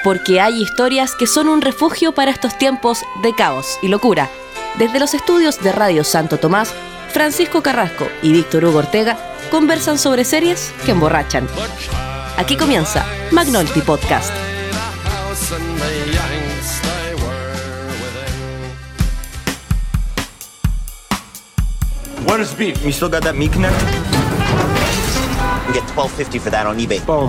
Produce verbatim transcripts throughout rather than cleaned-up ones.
porque hay historias que son un refugio para estos tiempos de caos y locura. Desde los estudios de Radio Santo Tomás, Francisco Carrasco y Víctor Hugo Ortega conversan sobre series que emborrachan. Aquí comienza McNulty Podcast. Where's beef? You still got that meat connect? You get twelve fifty for that on eBay. Boom.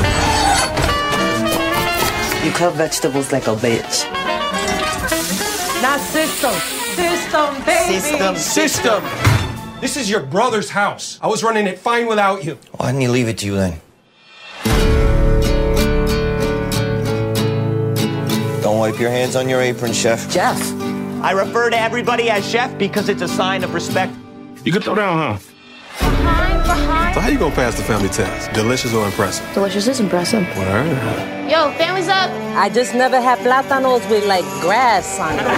You cut vegetables like a bitch. Not system. System, baby. System. System! This is your brother's house. I was running it fine without you. Why didn't he leave it to you then? Don't wipe your hands on your apron, chef. Jeff. I refer to everybody as chef because it's a sign of respect. You could throw down, huh? Behind, behind. So how you gonna pass the family test? Delicious or impressive? Delicious is impressive. Word. Yo, family's up. I just never had plátanos with like grass on it.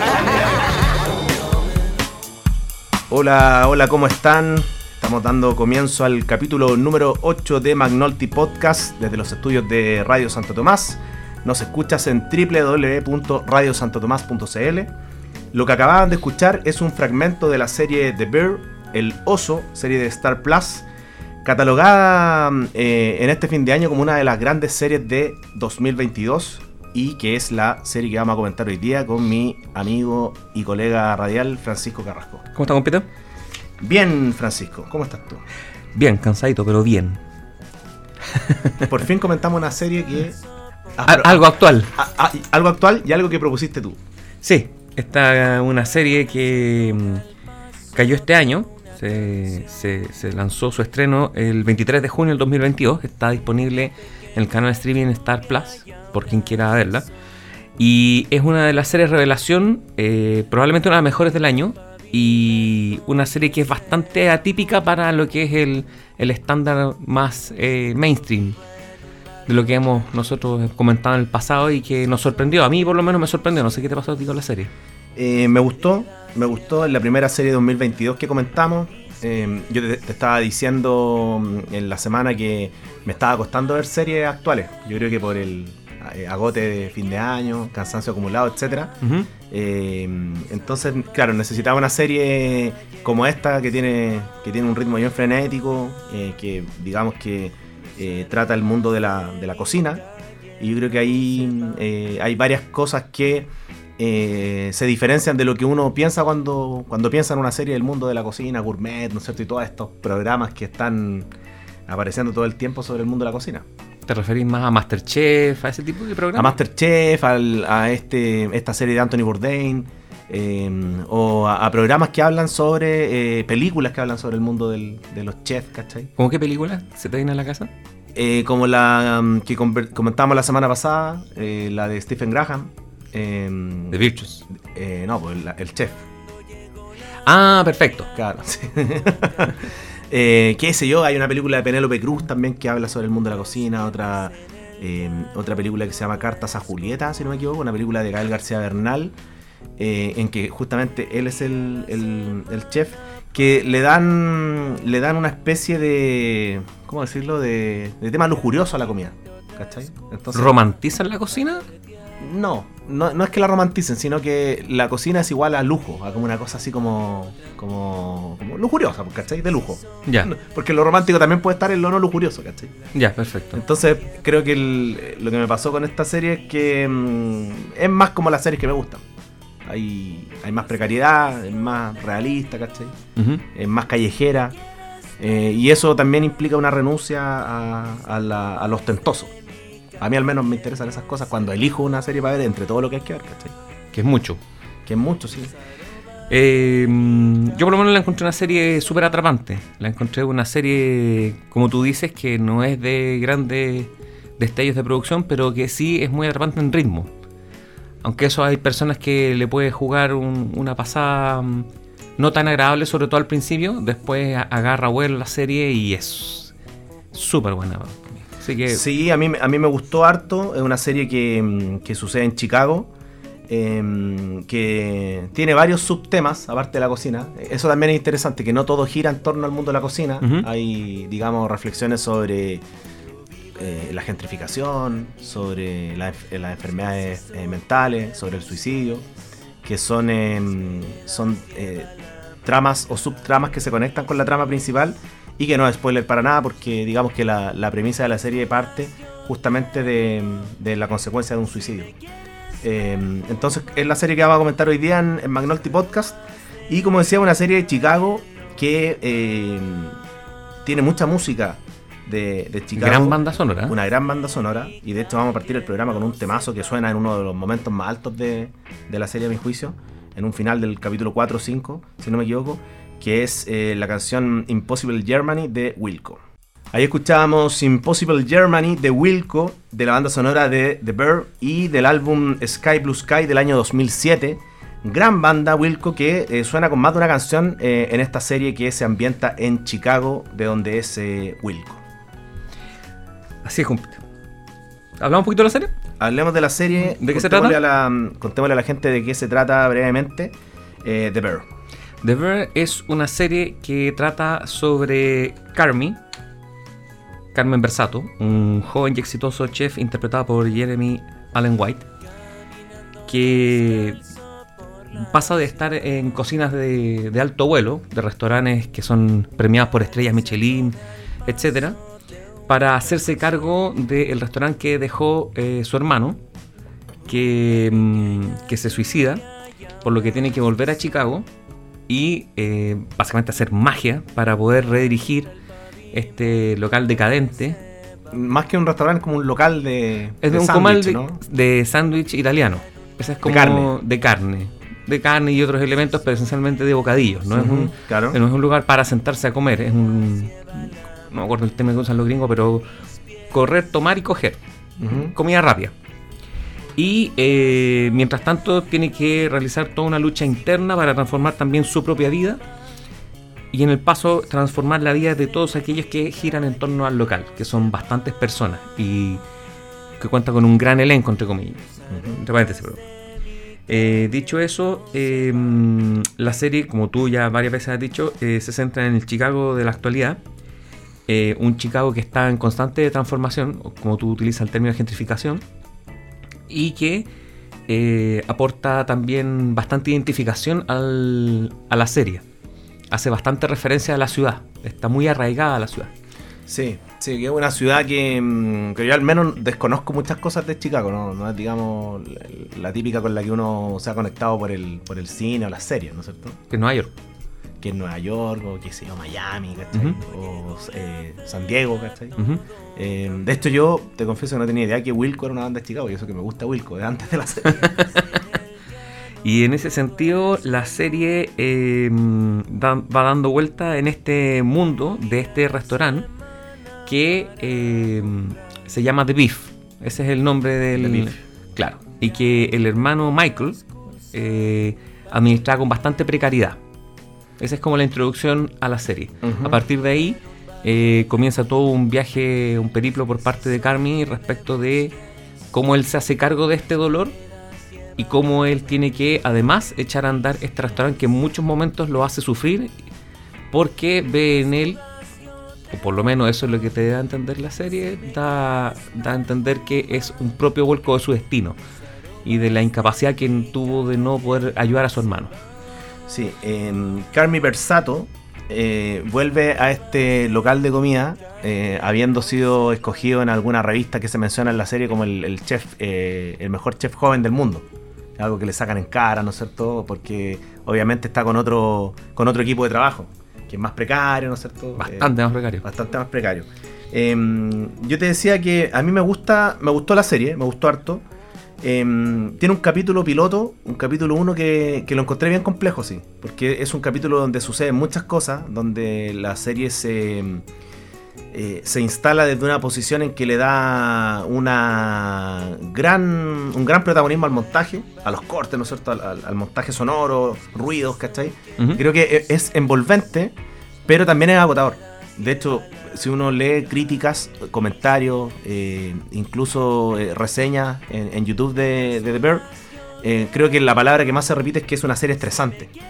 Hola, hola, ¿cómo están? Estamos dando comienzo al capítulo número ocho de McNulty Podcast desde los estudios de Radio Santo Tomás. Nos escuchas en doble u doble u doble u punto radio santo tomás punto c l. Lo que acababan de escuchar es un fragmento de la serie The Bear, El Oso, serie de Star Plus, catalogada eh, en este fin de año como una de las grandes series de dos mil veintidós y que es la serie que vamos a comentar hoy día con mi amigo y colega radial Francisco Carrasco. ¿Cómo está, compito? Bien, Francisco, ¿cómo estás tú? Bien, cansadito, pero bien. Por fin comentamos una serie que... Ah, Al- algo actual. A, a, algo actual y algo que propusiste tú. Sí, esta una serie que mm, cayó este año. Se, se, se lanzó su estreno el veintitrés de junio del dos mil veintidós. Está disponible en el canal de streaming Star Plus, por quien quiera verla. Y es una de las series revelación, eh, probablemente una de las mejores del año. Y una serie que es bastante atípica para lo que es el, el estándar más eh, mainstream de lo que hemos nosotros comentado en el pasado y que nos sorprendió. A mí por lo menos me sorprendió. No sé qué te pasó a ti con la serie. Eh, me gustó, me gustó en la primera serie de dos mil veintidós que comentamos. Eh, yo te, te estaba diciendo en la semana que me estaba costando ver series actuales. Yo creo que por el eh, agote de fin de año, cansancio acumulado, etcétera. Uh-huh. Eh, entonces, claro, necesitaba una serie como esta que tiene, que tiene un ritmo bien frenético, eh, que digamos que eh, trata el mundo de la, de la cocina. Y yo creo que ahí eh, hay varias cosas que Eh, se diferencian de lo que uno piensa cuando, cuando piensa en una serie del mundo de la cocina, gourmet, ¿no es cierto? Y todos estos programas que están apareciendo todo el tiempo sobre el mundo de la cocina. ¿Te referís más a MasterChef, a ese tipo de programas? A MasterChef, al, a este, esta serie de Anthony Bourdain, eh, o a, a programas que hablan sobre, eh, películas que hablan sobre el mundo del, de los chefs, ¿cachai? ¿Cómo qué películas se te viene a la casa? Eh, como la um, que conver- comentamos la semana pasada, eh, la de Stephen Graham. Eh, The Virtues. Eh, no, pues el, el chef. Ah, perfecto. Claro, sí. eh, qué sé yo, hay una película de Penélope Cruz también que habla sobre el mundo de la cocina, otra eh, otra película que se llama Cartas a Julieta, si no me equivoco, una película de Gael García Bernal, eh, en que justamente él es el, el, el chef, que le dan le dan una especie de, ¿cómo decirlo?, de, de tema lujurioso a la comida, ¿cachai? Entonces, ¿romantizan la cocina? No, no, no es que la romanticen, sino que la cocina es igual a lujo, a como una cosa así como como, como lujuriosa, ¿cachai? De lujo. Ya. Porque lo romántico también puede estar en lo no lujurioso, ¿cachai? Ya, perfecto. Entonces creo que el, lo que me pasó con esta serie es que mmm, es más como las series que me gustan. Hay, hay más precariedad, es más realista, ¿cachai? Uh-huh. Es más callejera. Eh, y eso también implica una renuncia a, a, la, a lo ostentoso. A mí al menos me interesan esas cosas cuando elijo una serie para ver entre todo lo que hay que ver, ¿cachai? Que es mucho. Que es mucho, sí. Eh, yo por lo menos la encontré una serie súper atrapante. La encontré una serie, como tú dices, que no es de grandes destellos de producción, pero que sí es muy atrapante en ritmo. Aunque eso hay personas que le puede jugar un, una pasada no tan agradable, sobre todo al principio. Después agarra vuelo la serie y es súper buena. Así que... Sí, a mí, a mí me gustó harto. Es una serie que, que sucede en Chicago, eh, que tiene varios subtemas, aparte de la cocina. Eso también es interesante, que no todo gira en torno al mundo de la cocina. Uh-huh. Hay, digamos, reflexiones sobre eh, la gentrificación, sobre la, las enfermedades eh, mentales, sobre el suicidio, que son, eh, son eh, tramas o subtramas que se conectan con la trama principal y que no es spoiler para nada porque digamos que la, la premisa de la serie parte justamente de, de la consecuencia de un suicidio. Eh, entonces es la serie que vamos a comentar hoy día en, en McNulty Podcast y como decía, una serie de Chicago que eh, tiene mucha música de, de Chicago. Gran banda sonora. Una gran banda sonora y de hecho vamos a partir el programa con un temazo que suena en uno de los momentos más altos de, de la serie a mi juicio, en un final del capítulo cuatro o cinco, si no me equivoco, que es eh, la canción Impossible Germany de Wilco. Ahí escuchábamos Impossible Germany de Wilco, de la banda sonora de The Bear y del álbum Sky Blue Sky del año dos mil siete. Gran banda Wilco que eh, suena con más de una canción eh, en esta serie que se ambienta en Chicago, de donde es eh, Wilco. Así es, cumple. ¿Hablamos un poquito de la serie? Hablemos de la serie. ¿De qué se trata? A la, contémosle a la gente de qué se trata brevemente. Eh, The Bear. The Bear es una serie que trata sobre Carmy, Carmen Versato, un joven y exitoso chef interpretado por Jeremy Allen White, que pasa de estar en cocinas de, de alto vuelo, de restaurantes que son premiados por estrellas Michelin, etcétera, para hacerse cargo del restaurante que dejó eh, su hermano, que, mmm, que se suicida, por lo que tiene que volver a Chicago y eh, básicamente hacer magia para poder redirigir este local decadente. Más que un restaurante, como un local de es de, de un comal de, ¿no? de sándwich italiano. Ese es como de carne. de carne, de carne y otros elementos, pero esencialmente de bocadillos. No, uh-huh, es un, claro. no es un lugar para sentarse a comer. Es un, no me acuerdo el tema que usan los gringos, pero correr, tomar y coger. Uh-huh. Comida rápida. Y eh, mientras tanto tiene que realizar toda una lucha interna para transformar también su propia vida y en el paso transformar la vida de todos aquellos que giran en torno al local, que son bastantes personas y que cuenta con un gran elenco, entre comillas. Uh-huh. Entre paréntesis, perdón. Eh, dicho eso, eh, la serie, como tú ya varias veces has dicho, eh, se centra en el Chicago de la actualidad. Eh, un Chicago que está en constante transformación, como tú utilizas el término de gentrificación, y que eh, aporta también bastante identificación al, a la serie. Hace bastante referencia a la ciudad, está muy arraigada a la ciudad. Sí, sí, que es una ciudad que, que yo al menos desconozco muchas cosas de Chicago, no, no es, digamos, la, la típica con la que uno se ha conectado por el, por el cine o las series, ¿no es cierto? Que es Nueva York. Que es Nueva York, o que sé yo, Miami, ¿cachai? Uh-huh. O eh, San Diego, ¿cachai? Uh-huh. Eh, de hecho yo te confieso que no tenía idea que Wilco era una banda de Chicago, y eso que me gusta Wilco, de antes de la serie. Y en ese sentido la serie eh, da, va dando vuelta en este mundo de este restaurante que eh, se llama The Beef. Ese es el nombre del... The Beef. Claro. Y que el hermano Michael eh, administraba con bastante precariedad. Esa es como la introducción a la serie. Uh-huh. A partir de ahí eh, comienza todo un viaje, un periplo por parte de Carmy respecto de cómo él se hace cargo de este dolor y cómo él tiene que además echar a andar este restaurante que en muchos momentos lo hace sufrir porque ve en él, o por lo menos eso es lo que te da a entender la serie, da, da a entender que es un propio vuelco de su destino y de la incapacidad que tuvo de no poder ayudar a su hermano. Sí, eh, Carmy Versato eh, vuelve a este local de comida eh, habiendo sido escogido en alguna revista que se menciona en la serie como el, el chef, eh, el mejor chef joven del mundo. Algo que le sacan en cara, ¿no es cierto? Porque obviamente está con otro, con otro equipo de trabajo, que es más precario, ¿no es cierto? Bastante eh, más precario. Bastante más precario. Eh, yo te decía que a mí me gusta, me gustó la serie, me gustó harto. Eh, tiene un capítulo piloto, un capítulo uno que, que lo encontré bien complejo, sí, porque es un capítulo donde suceden muchas cosas, donde la serie se, eh, se instala desde una posición en que le da una gran, un gran protagonismo al montaje, a los cortes, ¿no es cierto?, al, al, al montaje sonoro, ruidos, ¿cachai? Uh-huh. Creo que es envolvente, pero también es agotador. De hecho, si uno lee críticas, comentarios, eh, incluso eh, reseñas en, en YouTube de, de The Bear, eh, creo que la palabra que más se repite es que es una serie estresante.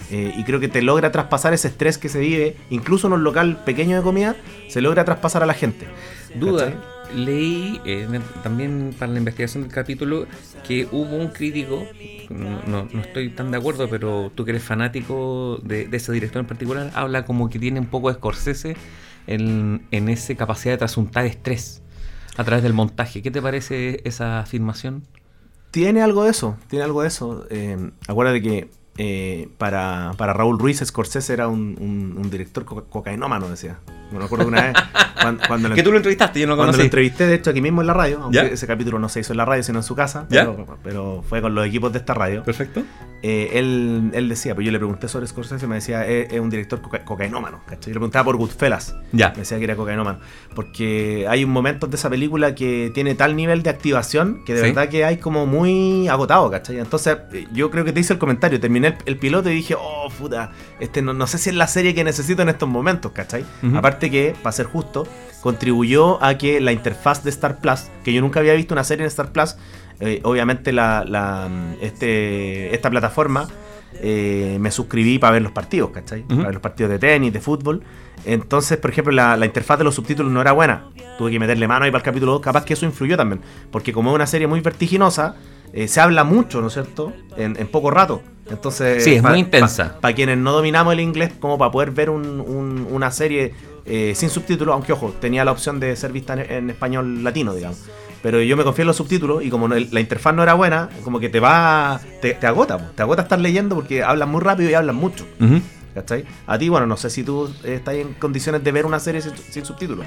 Eh, y creo que te logra traspasar ese estrés que se vive, incluso en un local pequeño de comida, se logra traspasar a la gente. Duda. ¿Cachai? Leí eh, también para la investigación del capítulo que hubo un crítico, no, no, no estoy tan de acuerdo, pero tú que eres fanático de, de ese director en particular, habla como que tiene un poco de Scorsese en, en esa capacidad de trasuntar estrés a través del montaje. ¿Qué te parece esa afirmación? Tiene algo de eso, tiene algo de eso. Eh, acuérdate que eh, para, para Raúl Ruiz, Scorsese era un, un, un director coca- cocainómano, decía. Me acuerdo que una vez cuando, cuando que tú lo entrevistaste, yo no lo cuando conocí. lo entrevisté, de hecho, aquí mismo en la radio, aunque ¿Ya? ese capítulo no se hizo en la radio, sino en su casa, ¿Ya? pero, pero fue con los equipos de esta radio. Perfecto. Eh, él, él decía, pues yo le pregunté sobre Scorsese y me decía, es, es un director coca- cocainómano, ¿cachai? Yo le preguntaba por Goodfellas, Ya. me decía que era cocainómano, porque hay un momento de esa película que tiene tal nivel de activación que de ¿Sí? verdad que hay como muy agotado, ¿cachai? Entonces eh, yo creo que te hice el comentario, terminé el, el piloto y dije, oh, puta, este no, no sé si es la serie que necesito en estos momentos, ¿cachai? Uh-huh. Aparte que, para ser justo, contribuyó a que la interfaz de Star Plus, que yo nunca había visto una serie en Star Plus, eh, obviamente la, la este, esta plataforma eh, me suscribí para ver los partidos, ¿cachai? Uh-huh. Para ver los partidos de tenis, de fútbol. Entonces, por ejemplo, la, la interfaz de los subtítulos no era buena. Tuve que meterle mano ahí para el capítulo dos. Capaz que eso influyó también. Porque como es una serie muy vertiginosa, eh, se habla mucho, ¿no es cierto? En, en poco rato. Entonces, Sí, es pa- muy intensa. Para pa quienes no dominamos el inglés, como para poder ver un, un, una serie eh, sin subtítulos, aunque ojo, tenía la opción de ser vista en, en español latino, digamos. Pero yo me confié en los subtítulos y como no, la interfaz no era buena, como que te va, te, te agota, po. Te agota estar leyendo porque hablan muy rápido y hablan mucho. Uh-huh. ¿Cachai? A ti, bueno, no sé si tú eh, estás en condiciones de ver una serie sin, sin subtítulos.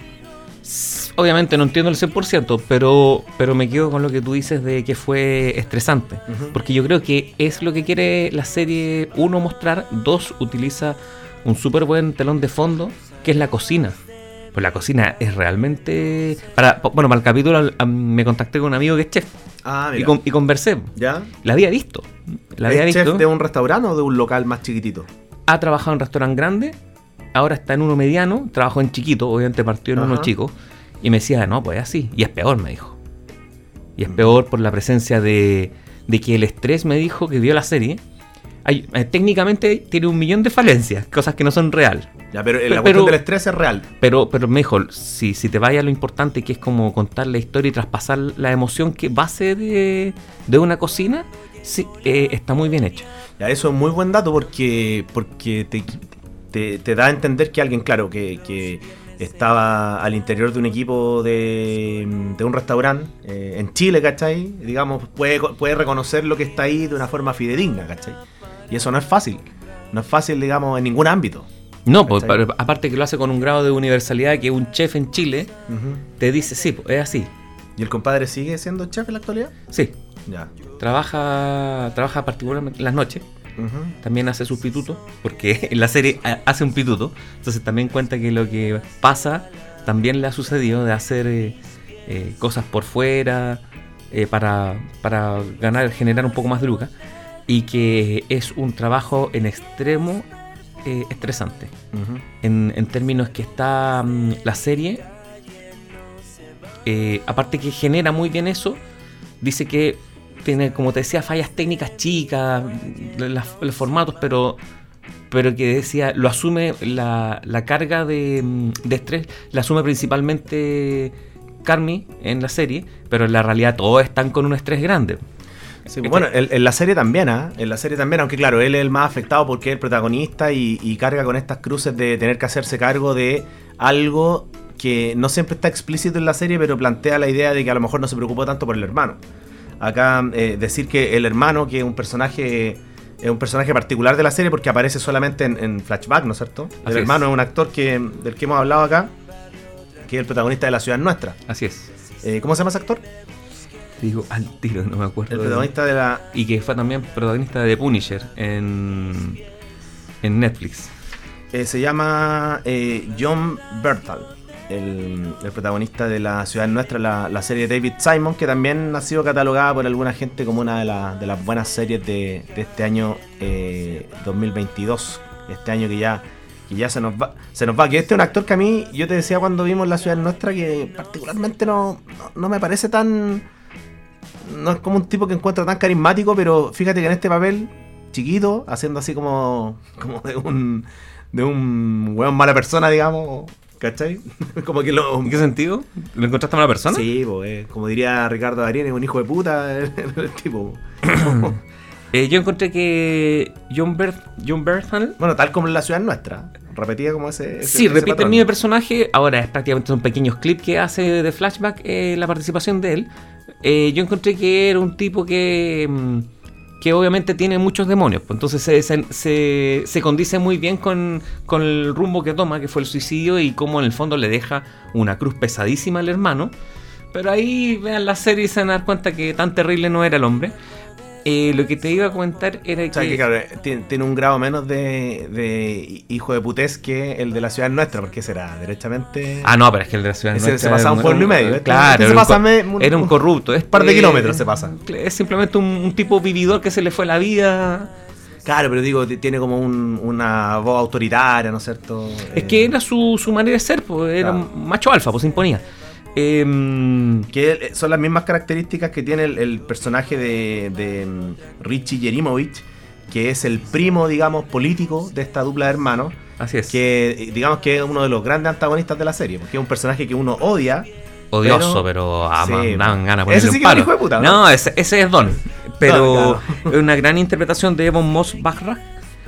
Obviamente no entiendo el cien por ciento, pero, pero me quedo con lo que tú dices de que fue estresante. Uh-huh. Porque yo creo que es lo que quiere la serie, uno, mostrar, dos, utiliza un súper buen telón de fondo, que es la cocina. Pues la cocina es realmente... para Bueno, para el capítulo a- me contacté con un amigo que es chef Ah, y, con- y conversé. ¿Ya? La había visto. La había ¿Es visto. chef de un restaurante o de un local más chiquitito? Ha trabajado en un restaurante grande, ahora está en uno mediano, trabajó en chiquito, obviamente partió en Ajá. uno chico, y me decía, no, pues es así, y es peor, me dijo. Y es peor por la presencia de, de que el estrés, me dijo, que vio la serie, hay, eh, técnicamente tiene un millón de falencias, cosas que no son real. Ya, pero Pero- la cuestión del estrés es real. Pero, pero me dijo, si, si te vaya a lo importante, que es como contar la historia y traspasar la emoción que base de, de una cocina, sí, eh, está muy bien hecho. Ya, eso es muy buen dato porque, porque te, te, te da a entender que alguien, claro, que, que estaba al interior de un equipo de, de un restaurante eh, en Chile, ¿cachai? Digamos, puede, puede reconocer lo que está ahí de una forma fidedigna, ¿cachai? Y eso no es fácil. No es fácil, digamos, en ningún ámbito. No, pues ¿Cachai? pa- aparte que lo hace con un grado de universalidad que un chef en Chile Uh-huh. te dice, sí, pues, es así. ¿Y el compadre sigue siendo chef en la actualidad? Sí, Ya. trabaja trabaja particularmente en las noches, Uh-huh. también hace sus pitutos, porque en la serie ha- hace un pituto, entonces también cuenta que lo que pasa también le ha sucedido de hacer eh, eh, cosas por fuera eh, para, para ganar, generar un poco más de lucas, y que es un trabajo en extremo eh, estresante. Uh-huh. En, en términos que está mm, la serie, eh, aparte que genera muy bien eso, dice que tiene, como te decía, fallas técnicas chicas, las- los formatos, pero pero que decía, lo asume, la, la carga de, mm, de estrés la asume principalmente Carmi en la serie, pero en la realidad todos están con un estrés grande. Sí, bueno, en, en la serie también, ¿ah? En la serie también, aunque claro, él es el más afectado porque es el protagonista y, y carga con estas cruces de tener que hacerse cargo de algo que no siempre está explícito en la serie, pero plantea la idea de que a lo mejor no se preocupó tanto por el hermano. Acá eh, decir que el hermano, que es un personaje, es un personaje particular de la serie porque aparece solamente en, en flashback, ¿no es cierto? El Así hermano es. es un actor que, del que hemos hablado acá, que es el protagonista de La Ciudad Nuestra. Así es. Eh, ¿Cómo se llama ese actor? Digo, al tiro, no me acuerdo. El de- protagonista de la... Y que fue también protagonista de The Punisher en, en Netflix. Eh, se llama eh, John Bertal, el, el protagonista de La Ciudad Nuestra, la, la serie de David Simon, que también ha sido catalogada por alguna gente como una de, la- de las buenas series de, de este año eh, dos mil veintidós. Este año que ya, que ya se nos va. Se nos va. Que este es un actor que a mí, yo te decía cuando vimos La Ciudad Nuestra, que particularmente no, no, no me parece tan... No es como un tipo que encuentro tan carismático, pero fíjate que en este papel chiquito, haciendo así como, como de un de un weón mala persona, digamos, ¿cachai? Como que lo... ¿En qué sentido? ¿Lo encontraste a mala persona? Sí, pues, como diría Ricardo Darín, es un hijo de puta el, el tipo. eh, yo encontré que John Berth, John Berthal... Bueno, tal como en La ciudad nuestra, repetía como ese... ese sí, ese repite patrón. el mismo personaje, ahora es prácticamente un pequeños clip que hace de flashback eh, la participación de él. Eh, yo encontré que era un tipo que... que obviamente tiene muchos demonios, pues entonces se, se, se, se condice muy bien con, con el rumbo que toma, que fue el suicidio, y cómo en el fondo le deja una cruz pesadísima al hermano. Pero ahí vean la serie y se van a dar cuenta que tan terrible no era el hombre. Eh, lo que te iba a comentar era que... O sea, que claro, tiene, tiene un grado menos de, de hijo de putés que el de La ciudad nuestra, porque será derechamente... Ah, no, pero es que el de La ciudad ese nuestra... se pasa un pueblo y medio. Este, Claro, este se era, pasa un, me, un, era un corrupto. Un par de kilómetros se pasa. Es simplemente un, un tipo vividor que se le fue la vida... Claro, pero digo, tiene como un, una voz autoritaria, ¿no es cierto? Es eh, que era su, su manera de ser, pues, era claro. un macho alfa, pues se imponía. Eh, que son las mismas características que tiene el, el personaje de, de Richie Jerimovich, que es el primo, digamos, político de esta dupla de hermanos. Así es. Que digamos que es uno de los grandes antagonistas de la serie, porque es un personaje que uno odia. Odioso, pero, pero ama, sí, dan ganas de ponerle ese sí un que palo. es un hijo de puta, ¿no? No, ese, ese es Don. Pero no, claro. Es una gran interpretación de Ebon Moss-Bachrach.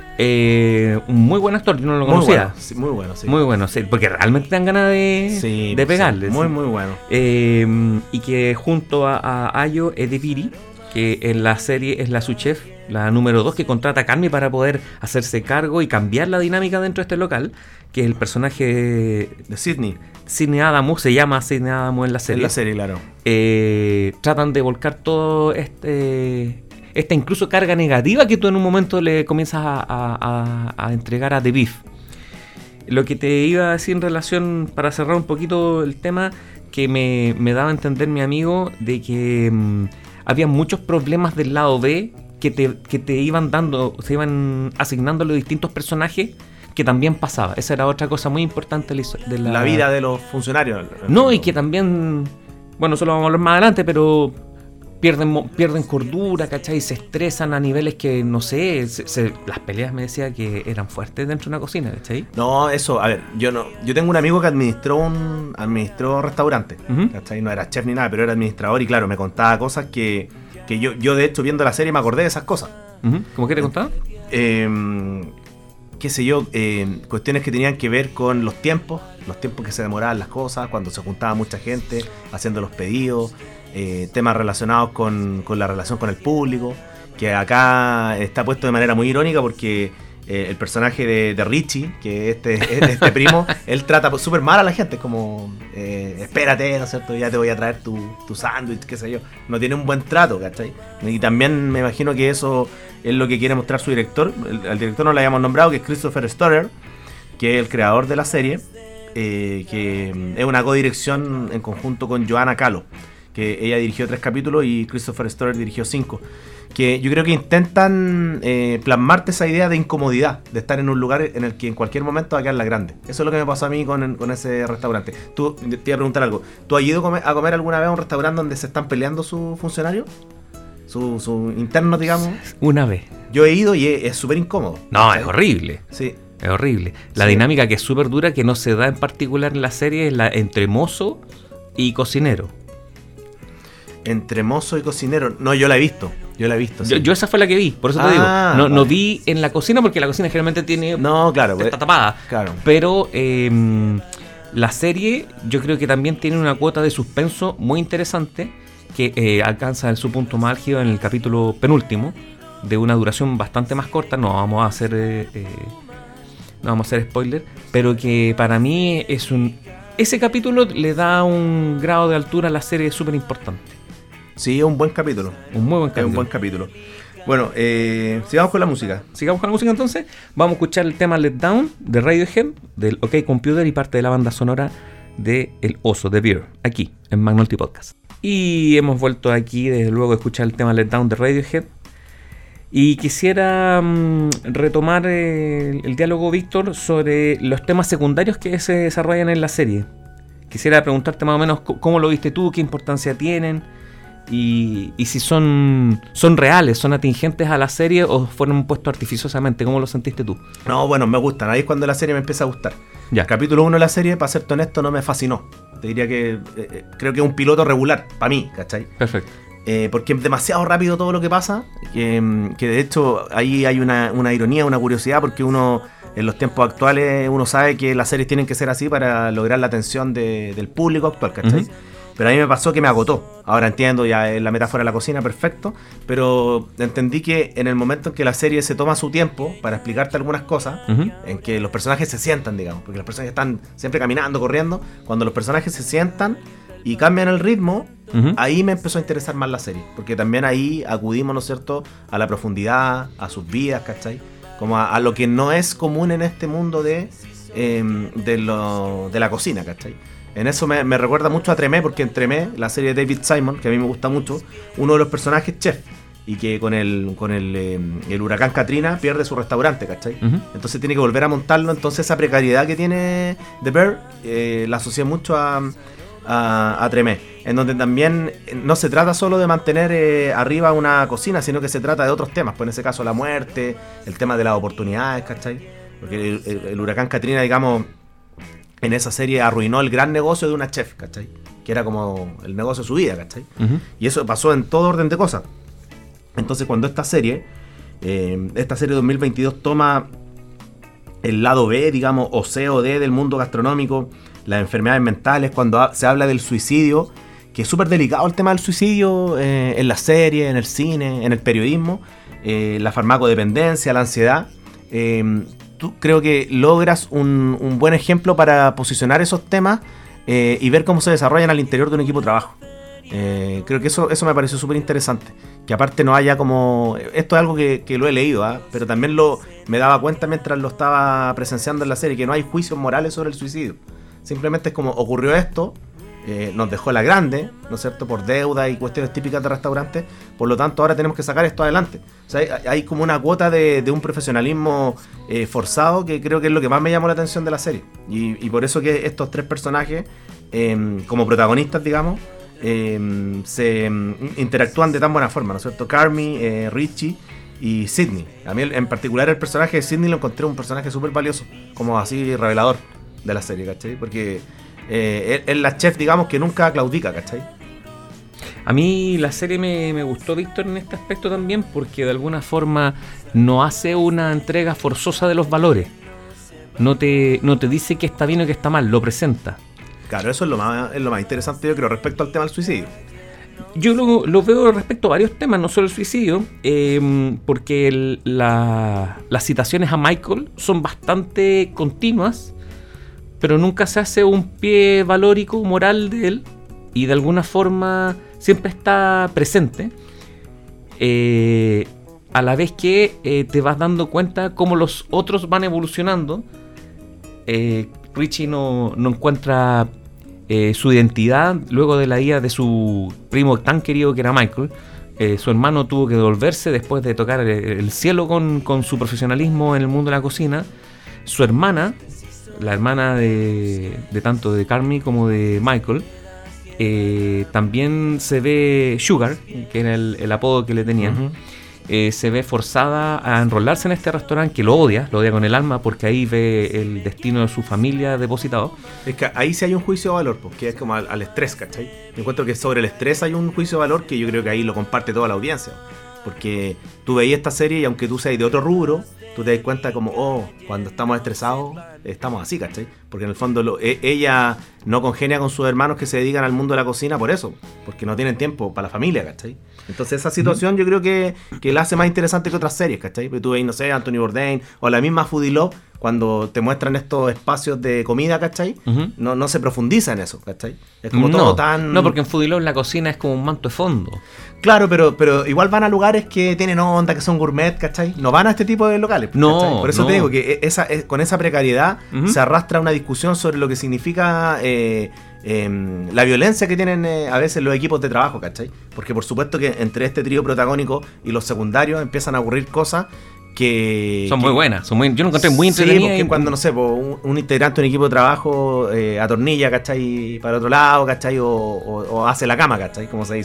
Eh, un muy buen actor, yo no lo muy conocía. Bueno, sí, muy bueno, sí. Muy bueno, sí, porque realmente te dan ganas de, sí, de pegarle. Sí, muy, sí. muy bueno. Eh, y que junto a, a Ayo Edebiri, que en la serie es la subchef, la número dos, que contrata a Carmi para poder hacerse cargo y cambiar la dinámica dentro de este local, que es el personaje de Sidney. Sidney Adamus, se llama Sidney Adamus en la serie. En la serie, claro. Eh, tratan de volcar todo este... esta incluso carga negativa que tú en un momento le comienzas a, a, a, a entregar a The Beef. Lo que te iba a decir en relación, para cerrar un poquito el tema, que me, me daba a entender mi amigo, de que mmm, había muchos problemas del lado B que te, que te iban dando, se iban asignando a los distintos personajes, que también pasaba. Esa era otra cosa muy importante de la, la vida de los funcionarios. No, y que también, bueno, eso lo vamos a hablar más adelante, pero... Pierden, pierden cordura, ¿cachai? Se estresan a niveles que, no sé, se, se, las peleas me decía que eran fuertes dentro de una cocina, ¿cachai? No, eso, a ver, yo no yo tengo un amigo que administró un administró restaurante, uh-huh. ¿cachai? No era chef ni nada, pero era administrador y claro, me contaba cosas que, que yo, yo de hecho viendo la serie me acordé de esas cosas. Uh-huh. ¿Cómo que te contaba? Eh, qué sé yo, eh, cuestiones que tenían que ver con los tiempos, los tiempos que se demoraban las cosas, cuando se juntaba mucha gente haciendo los pedidos. Eh, temas relacionados con, con la relación con el público, que acá está puesto de manera muy irónica porque eh, el personaje de, de Richie, que este, este, este primo, él trata súper mal a la gente, como eh, espérate, ¿no es cierto? Ya te voy a traer tu, tu sándwich, qué sé yo. No tiene un buen trato, ¿cachai? Y también me imagino que eso es lo que quiere mostrar su director. El, el director no lo habíamos nombrado, que es Christopher Storer, que es el creador de la serie, eh, que es una codirección en conjunto con Joanna Calo, que ella dirigió tres capítulos y Christopher Storer dirigió cinco, que yo creo que intentan eh, plasmarte esa idea de incomodidad, de estar en un lugar en el que en cualquier momento va a quedar la grande. Eso es lo que me pasó a mí con, con ese restaurante. Tú, te iba a preguntar algo, ¿tú has ido a comer, a comer alguna vez a un restaurante donde se están peleando sus funcionarios? Sus su internos, digamos. Una vez. Yo he ido y es súper incómodo. No, ¿sabes? Es horrible. Sí. Es horrible. La sí. dinámica que es súper dura, que no se da en particular en la serie, es la entre mozo y cocinero. Entre mozo y cocinero. No, yo la he visto. Yo la he visto. Yo, sí. yo esa fue la que vi, por eso te ah, digo. No, vale. no vi en la cocina, porque la cocina generalmente tiene. No, claro. Está tapada. Claro. Pero eh, la serie, yo creo que también tiene una cuota de suspenso muy interesante, que eh, alcanza su punto más álgido en el capítulo penúltimo, de una duración bastante más corta. No vamos a hacer. Eh, eh, no vamos a hacer spoiler. Pero que para mí es un. Ese capítulo le da un grado de altura a la serie súper importante. Sí, es un buen capítulo. Un muy buen capítulo. Es un buen capítulo. Bueno, eh, sigamos con la música. Sigamos con la música entonces. Vamos a escuchar el tema Let Down de Radiohead, del OK Computer y parte de la banda sonora de El Oso, de Beer, aquí en Magnolti Podcast. Y hemos vuelto aquí desde luego a escuchar el tema Let Down de Radiohead. Y quisiera um, retomar eh, el diálogo, Víctor, sobre los temas secundarios que se desarrollan en la serie. Quisiera preguntarte más o menos cómo lo viste tú, qué importancia tienen. Y, y si son son reales, son atingentes a la serie o fueron puestos artificiosamente. ¿Cómo lo sentiste tú? No, bueno, me gustan. Ahí es cuando la serie me empieza a gustar. Ya. El capítulo uno de la serie, para serte honesto, no me fascinó. Te diría que eh, creo que es un piloto regular, para mí, ¿cachai? Perfecto. Eh, porque es demasiado rápido todo lo que pasa, que, que de hecho ahí hay una, una ironía, una curiosidad, porque uno en los tiempos actuales uno sabe que las series tienen que ser así para lograr la atención de, del público actual, ¿cachai? Uh-huh. Pero a mí me pasó que me agotó. Ahora entiendo, ya en la metáfora de la cocina, perfecto, pero entendí que en el momento en que la serie se toma su tiempo para explicarte algunas cosas, uh-huh. en que los personajes se sientan, digamos, porque los personajes están siempre caminando, corriendo, cuando los personajes se sientan y cambian el ritmo, uh-huh. ahí me empezó a interesar más la serie, porque también ahí acudimos, ¿no es cierto?, a la profundidad, a sus vidas, ¿cachai? Como a, a lo que no es común en este mundo de, eh, de, lo, de la cocina, ¿cachai? En eso me, me recuerda mucho a Tremé, porque en Tremé, la serie de David Simon, que a mí me gusta mucho, uno de los personajes es chef, y que con el con el, eh, el huracán Katrina pierde su restaurante, ¿cachai? Uh-huh. Entonces tiene que volver a montarlo, entonces esa precariedad que tiene The Bear, eh, la asocié mucho a, a, a Tremé, en donde también no se trata solo de mantener eh, arriba una cocina, sino que se trata de otros temas, pues en ese caso la muerte, el tema de las oportunidades, ¿cachai? Porque el, el, el huracán Katrina, digamos, en esa serie arruinó el gran negocio de una chef, ¿cachai? Que era como el negocio de su vida, ¿cachai? Uh-huh. Y eso pasó en todo orden de cosas. Entonces cuando esta serie, eh, esta serie dos mil veintidós toma el lado B, digamos, o C o D del mundo gastronómico, las enfermedades mentales, cuando ha, se habla del suicidio, que es súper delicado el tema del suicidio eh, en la serie, en el cine, en el periodismo, eh, la farmacodependencia, la ansiedad, eh, tú creo que logras un, un buen ejemplo para posicionar esos temas eh, y ver cómo se desarrollan al interior de un equipo de trabajo. Eh, creo que eso, eso me pareció súper interesante. Que aparte no haya como... Esto es algo que, que lo he leído, ¿eh? Pero también lo me daba cuenta mientras lo estaba presenciando en la serie, que no hay juicios morales sobre el suicidio. Simplemente es como ocurrió esto, eh, nos dejó la grande, ¿no es cierto?, por deuda y cuestiones típicas de restaurantes, por lo tanto ahora tenemos que sacar esto adelante. O sea, hay, hay como una cuota de, de un profesionalismo eh, forzado que creo que es lo que más me llamó la atención de la serie. Y, y por eso que estos tres personajes, eh, como protagonistas, digamos, eh, se um, interactúan de tan buena forma, ¿no es cierto? Carmy, eh, Richie y Sydney. A mí en particular el personaje de Sydney lo encontré un personaje súper valioso, como así revelador de la serie, ¿cachai? Porque eh, es la chef, digamos, que nunca claudica, ¿cachai? A mí la serie me, me gustó, Víctor, en este aspecto también, porque de alguna forma no hace una entrega forzosa de los valores. No te, no te dice que está bien o que está mal, lo presenta. Claro, eso es lo más, es lo más interesante, yo creo, respecto al tema del suicidio. Yo lo, lo veo respecto a varios temas, no solo el suicidio, eh, porque el, la, las citaciones a Michael son bastante continuas, pero nunca se hace un pie valórico, moral de él, y de alguna forma siempre está presente, eh, a la vez que eh, te vas dando cuenta cómo los otros van evolucionando. eh, Richie no, no encuentra eh, su identidad luego de la ida de su primo tan querido que era Michael. Eh, su hermano tuvo que devolverse después de tocar el, el cielo con, con su profesionalismo en el mundo de la cocina. Su hermana, la hermana de, de tanto de Carmy como de Michael, eh, también se ve Sugar, que era el, el apodo que le tenían. Uh-huh. Eh, se ve forzada a enrolarse en este restaurante que lo odia, lo odia con el alma, porque ahí ve el destino de su familia depositado. Es que ahí sí hay un juicio de valor, porque es como al, al estrés, ¿cachai? Yo encuentro que sobre el estrés hay un juicio de valor que yo creo que ahí lo comparte toda la audiencia. Porque tú veías esta serie y aunque tú seas de otro rubro, tú te das cuenta como, oh, cuando estamos estresados, estamos así, ¿cachai? Porque en el fondo lo, e, ella no congenia con sus hermanos que se dedican al mundo de la cocina por eso, porque no tienen tiempo para la familia, ¿cachai? Entonces esa situación yo creo que, que la hace más interesante que otras series, ¿cachai? Porque tú veis, no sé, Anthony Bourdain o la misma Foodie Love, cuando te muestran estos espacios de comida, ¿cachai? Uh-huh. No, no se profundiza en eso, ¿cachai? Es como no, todo tan... No, porque en Foodie Love la cocina es como un manto de fondo. Claro, pero, pero igual van a lugares que tienen onda, que son gourmet, ¿cachai? No van a este tipo de locales, ¿cachai? No, por eso no. te digo que esa, con esa precariedad uh-huh. se arrastra una discusión sobre lo que significa eh, eh, la violencia que tienen eh, a veces los equipos de trabajo, ¿cachai? Porque por supuesto que entre este trío protagónico y los secundarios empiezan a ocurrir cosas que... Son que, muy buenas, son muy, yo lo encontré muy entretenidas. Sí, porque y... cuando, no sé, un, un integrante de un equipo de trabajo eh, atornilla, ¿cachai? Para otro lado, ¿cachai? O, o, o hace la cama, ¿cachai? Como se dice.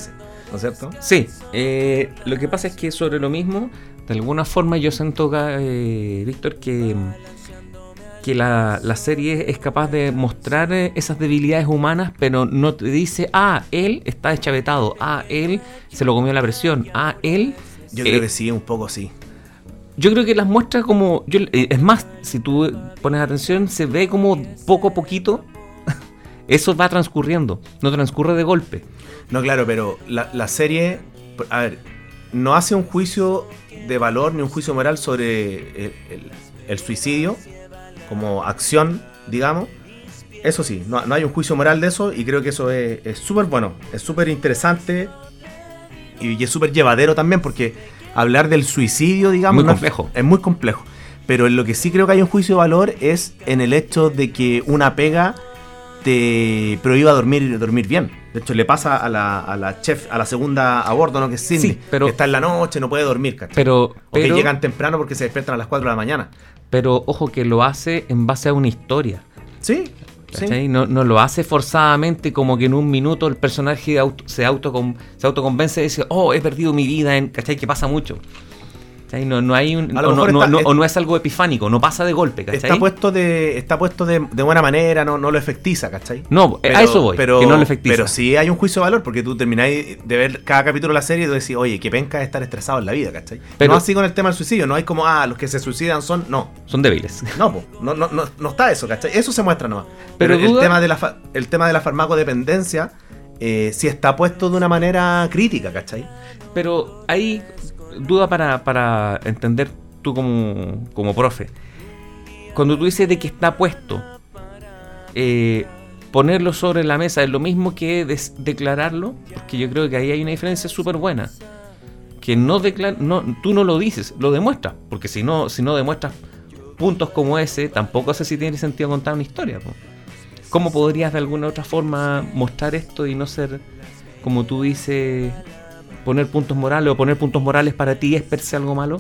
¿no es cierto? Sí, eh, lo que pasa es que sobre lo mismo, de alguna forma yo siento, eh, Víctor, que, que la, la serie es capaz de mostrar esas debilidades humanas, pero no te dice, ah, él está deschavetado, ah, él se lo comió la presión, ah, él... Yo eh, creo que sí, un poco sí. Yo creo que las muestra como... Yo, eh, es más, si tú pones atención, se ve como poco a poquito eso va transcurriendo, no transcurre de golpe. No, claro, pero la, la serie, a ver, no hace un juicio de valor ni un juicio moral sobre el, el, el suicidio como acción, digamos. Eso sí, no, no hay un juicio moral de eso y creo que eso es súper bueno, es súper interesante y, y es súper llevadero también porque hablar del suicidio, digamos, muy no complejo. Es, es muy complejo. Pero en lo que sí creo que hay un juicio de valor es en el hecho de que una pega te prohíba dormir dormir bien. De hecho, le pasa a la, a la chef, a la segunda a bordo, ¿no? Que es Cindy, sí, pero, que está en la noche, no puede dormir, ¿cachai? Pero, o pero, que llegan temprano porque se despiertan a las cuatro de la mañana. Pero ojo que lo hace en base a una historia. Sí, ¿cachai? sí. No, no lo hace forzadamente como que en un minuto el personaje auto, se, autocon, se autoconvence y dice, oh, he perdido mi vida, en, ¿cachai? Que pasa mucho. ¿Cachai? No, no hay un, o, no, está, no, es, o no es algo epifánico, no pasa de golpe, ¿cachai? Está puesto de está puesto de, de buena manera, no, no lo efectiza, ¿cachai? No, pero, a eso voy, pero, que no lo efectiza. Pero sí hay un juicio de valor, porque tú termináis de ver cada capítulo de la serie y tú decís, oye, qué penca es estar estresado en la vida, ¿cachai? Pero no así con el tema del suicidio, no hay como, ah, los que se suicidan son, no. Son débiles. No, po, no, no, no, no está eso, ¿cachai? Eso se muestra nomás. Pero, pero el, duda... tema de la fa- el tema de la farmacodependencia eh, sí está puesto de una manera crítica, ¿cachai? Pero hay duda para, para entender tú como, como profe. Cuando tú dices de que está puesto, eh, ponerlo sobre la mesa es lo mismo que des- declararlo, porque yo creo que ahí hay una diferencia súper buena. Que no, declar- no tú no lo dices, lo demuestras, porque si no, si no demuestras puntos como ese, tampoco sé si tiene sentido contar una historia, po. ¿Cómo podrías de alguna otra forma mostrar esto y no ser, como tú dices, poner puntos morales o poner puntos morales para ti es per se algo malo?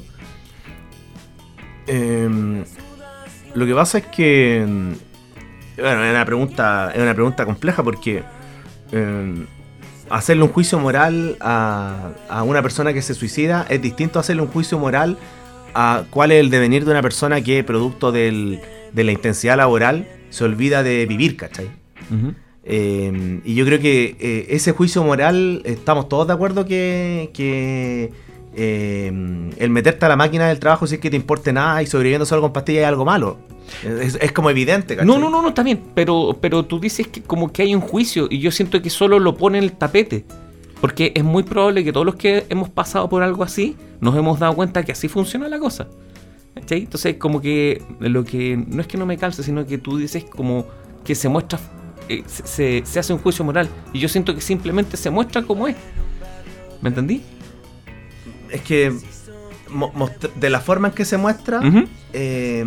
Eh, lo que pasa es que, bueno, es una pregunta, es una pregunta compleja porque eh, hacerle un juicio moral a, a una persona que se suicida es distinto a hacerle un juicio moral a cuál es el devenir de una persona que, producto del, de la intensidad laboral, se olvida de vivir, ¿cachai? Uh-huh. Eh, y yo creo que eh, ese juicio moral, estamos todos de acuerdo que, que eh, el meterte a la máquina del trabajo sin que te importe nada y sobreviviendo solo con pastillas es algo malo. Es, es como evidente, ¿cachai? No, no, no, no, está bien, pero, pero tú dices que como que hay un juicio y yo siento que solo lo pone en el tapete. Porque es muy probable que todos los que hemos pasado por algo así nos hemos dado cuenta que así funciona la cosa. ¿Cachai? Entonces como que lo que no es que no me calce, sino que tú dices como que se muestra, eh, se, se hace un juicio moral y yo siento que simplemente se muestra como es. ¿Me entendí? Es que mo- most- de la forma en que se muestra, Uh-huh. eh,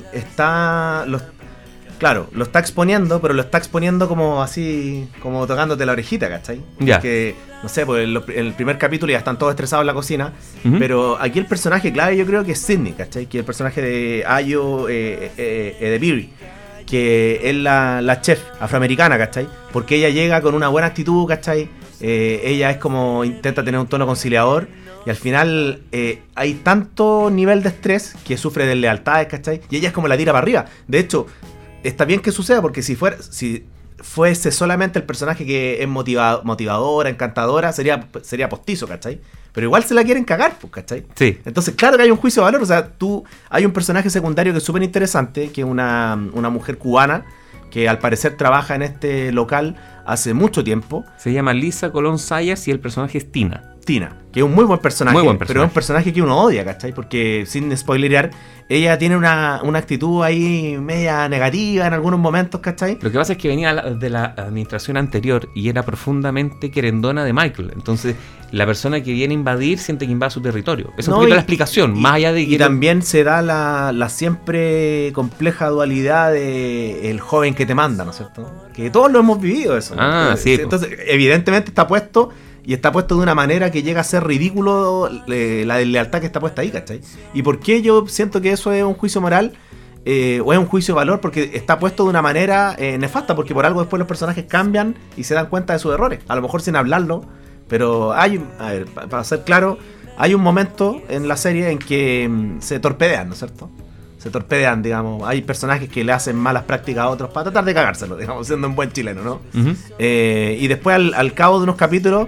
está los, claro, lo está exponiendo, pero lo está exponiendo como así, como tocándote la orejita, ¿cachai? Ya. Que, no sé, pues en, lo- en el primer capítulo ya están todos estresados en la cocina, Uh-huh. pero aquí el personaje clave yo creo que es Sidney, ¿cachai? Que es el personaje de Ayo eh, eh, Edebiri, que es la, la chef afroamericana, ¿cachai? Porque ella llega con una buena actitud, ¿cachai? Eh, ella es como, intenta tener un tono conciliador y al final eh, hay tanto nivel de estrés que sufre de lealtades, ¿cachai? Y ella es como la tira para arriba. De hecho, está bien que suceda porque si fuera, si fuese solamente el personaje que es motiva, motivadora, encantadora, sería, sería postizo, ¿cachai? Pero igual se la quieren cagar, pues, ¿cachai? Sí. Entonces, claro que hay un juicio de valor. O sea, tú, hay un personaje secundario que es súper interesante, que es una, una mujer cubana, que al parecer trabaja en este local hace mucho tiempo. Se llama Lisa Colón Sayas y el personaje es Tina. Tina, que es un muy buen personaje, Muy buen pero personaje. es un personaje que uno odia, ¿cachai? Porque, sin spoilerear, ella tiene una, una actitud ahí media negativa en algunos momentos, ¿cachai? Lo que pasa es que venía la- de la administración anterior y era profundamente querendona de Michael. Entonces, la persona que viene a invadir siente que invade su territorio. Esa es un No, poquito y- la explicación, y- más allá de Y que... también se da la, la siempre compleja dualidad de el joven que te manda, ¿no es cierto? Que todos lo hemos vivido eso. Ah, ¿no? sí, Entonces, evidentemente está puesto, y está puesto de una manera que llega a ser ridículo eh, la deslealtad que está puesta ahí, ¿cachai? ¿Y por qué yo siento que eso es un juicio moral? Eh, o es un juicio de valor porque está puesto de una manera eh, nefasta, porque por algo después los personajes cambian y se dan cuenta de sus errores, a lo mejor sin hablarlo, Pero hay, a ver, para ser claro, hay un momento en la serie en que mm, se torpedean, ¿no es cierto? Se torpedean, digamos. Hay personajes que le hacen malas prácticas a otros para tratar de cagárselo, digamos, siendo un buen chileno, ¿no? Uh-huh. Eh, y después, al, al cabo de unos capítulos,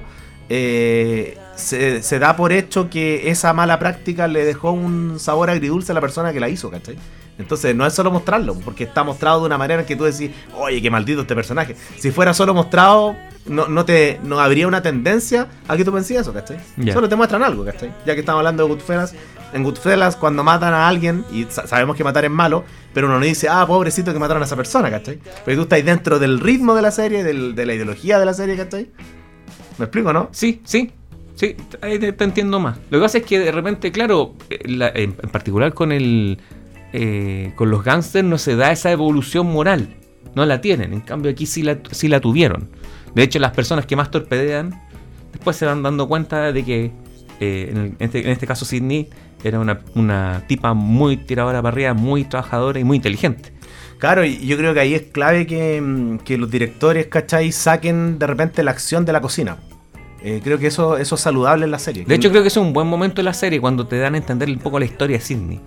eh, se, se da por hecho que esa mala práctica le dejó un sabor agridulce a la persona que la hizo, ¿cachai? Entonces no es solo mostrarlo, porque está mostrado de una manera en que tú decís, oye, qué maldito este personaje. Si fuera solo mostrado, no, no te no habría una tendencia a que tú penses eso, ¿cachai? Yeah. Solo te muestran algo, ¿cachai? Ya que estamos hablando de Goodfellas, en Goodfellas cuando matan a alguien, y sa- sabemos que matar es malo, pero uno no dice, ah, pobrecito que mataron a esa persona, ¿cachai? Pero tú estás dentro del ritmo de la serie, del, de la ideología de la serie, ¿cachai? ¿Me explico, no? Sí, sí. Sí, ahí te, te entiendo más. Lo que pasa es que de repente, claro, la, en, en particular con el... Eh, con los gángsters no se da esa evolución moral, no la tienen, en cambio aquí sí la, sí la tuvieron. De hecho, las personas que más torpedean después se van dando cuenta de que eh, en, este, en este caso Sidney era una, una tipa muy tiradora para arriba, muy trabajadora y muy inteligente. Claro, y yo creo que ahí es clave que, que los directores, ¿cachai?, saquen de repente la acción de la cocina. Eh, creo que eso, eso es saludable en la serie. De hecho, creo que es un buen momento en la serie cuando te dan a entender un poco la historia de Sidney.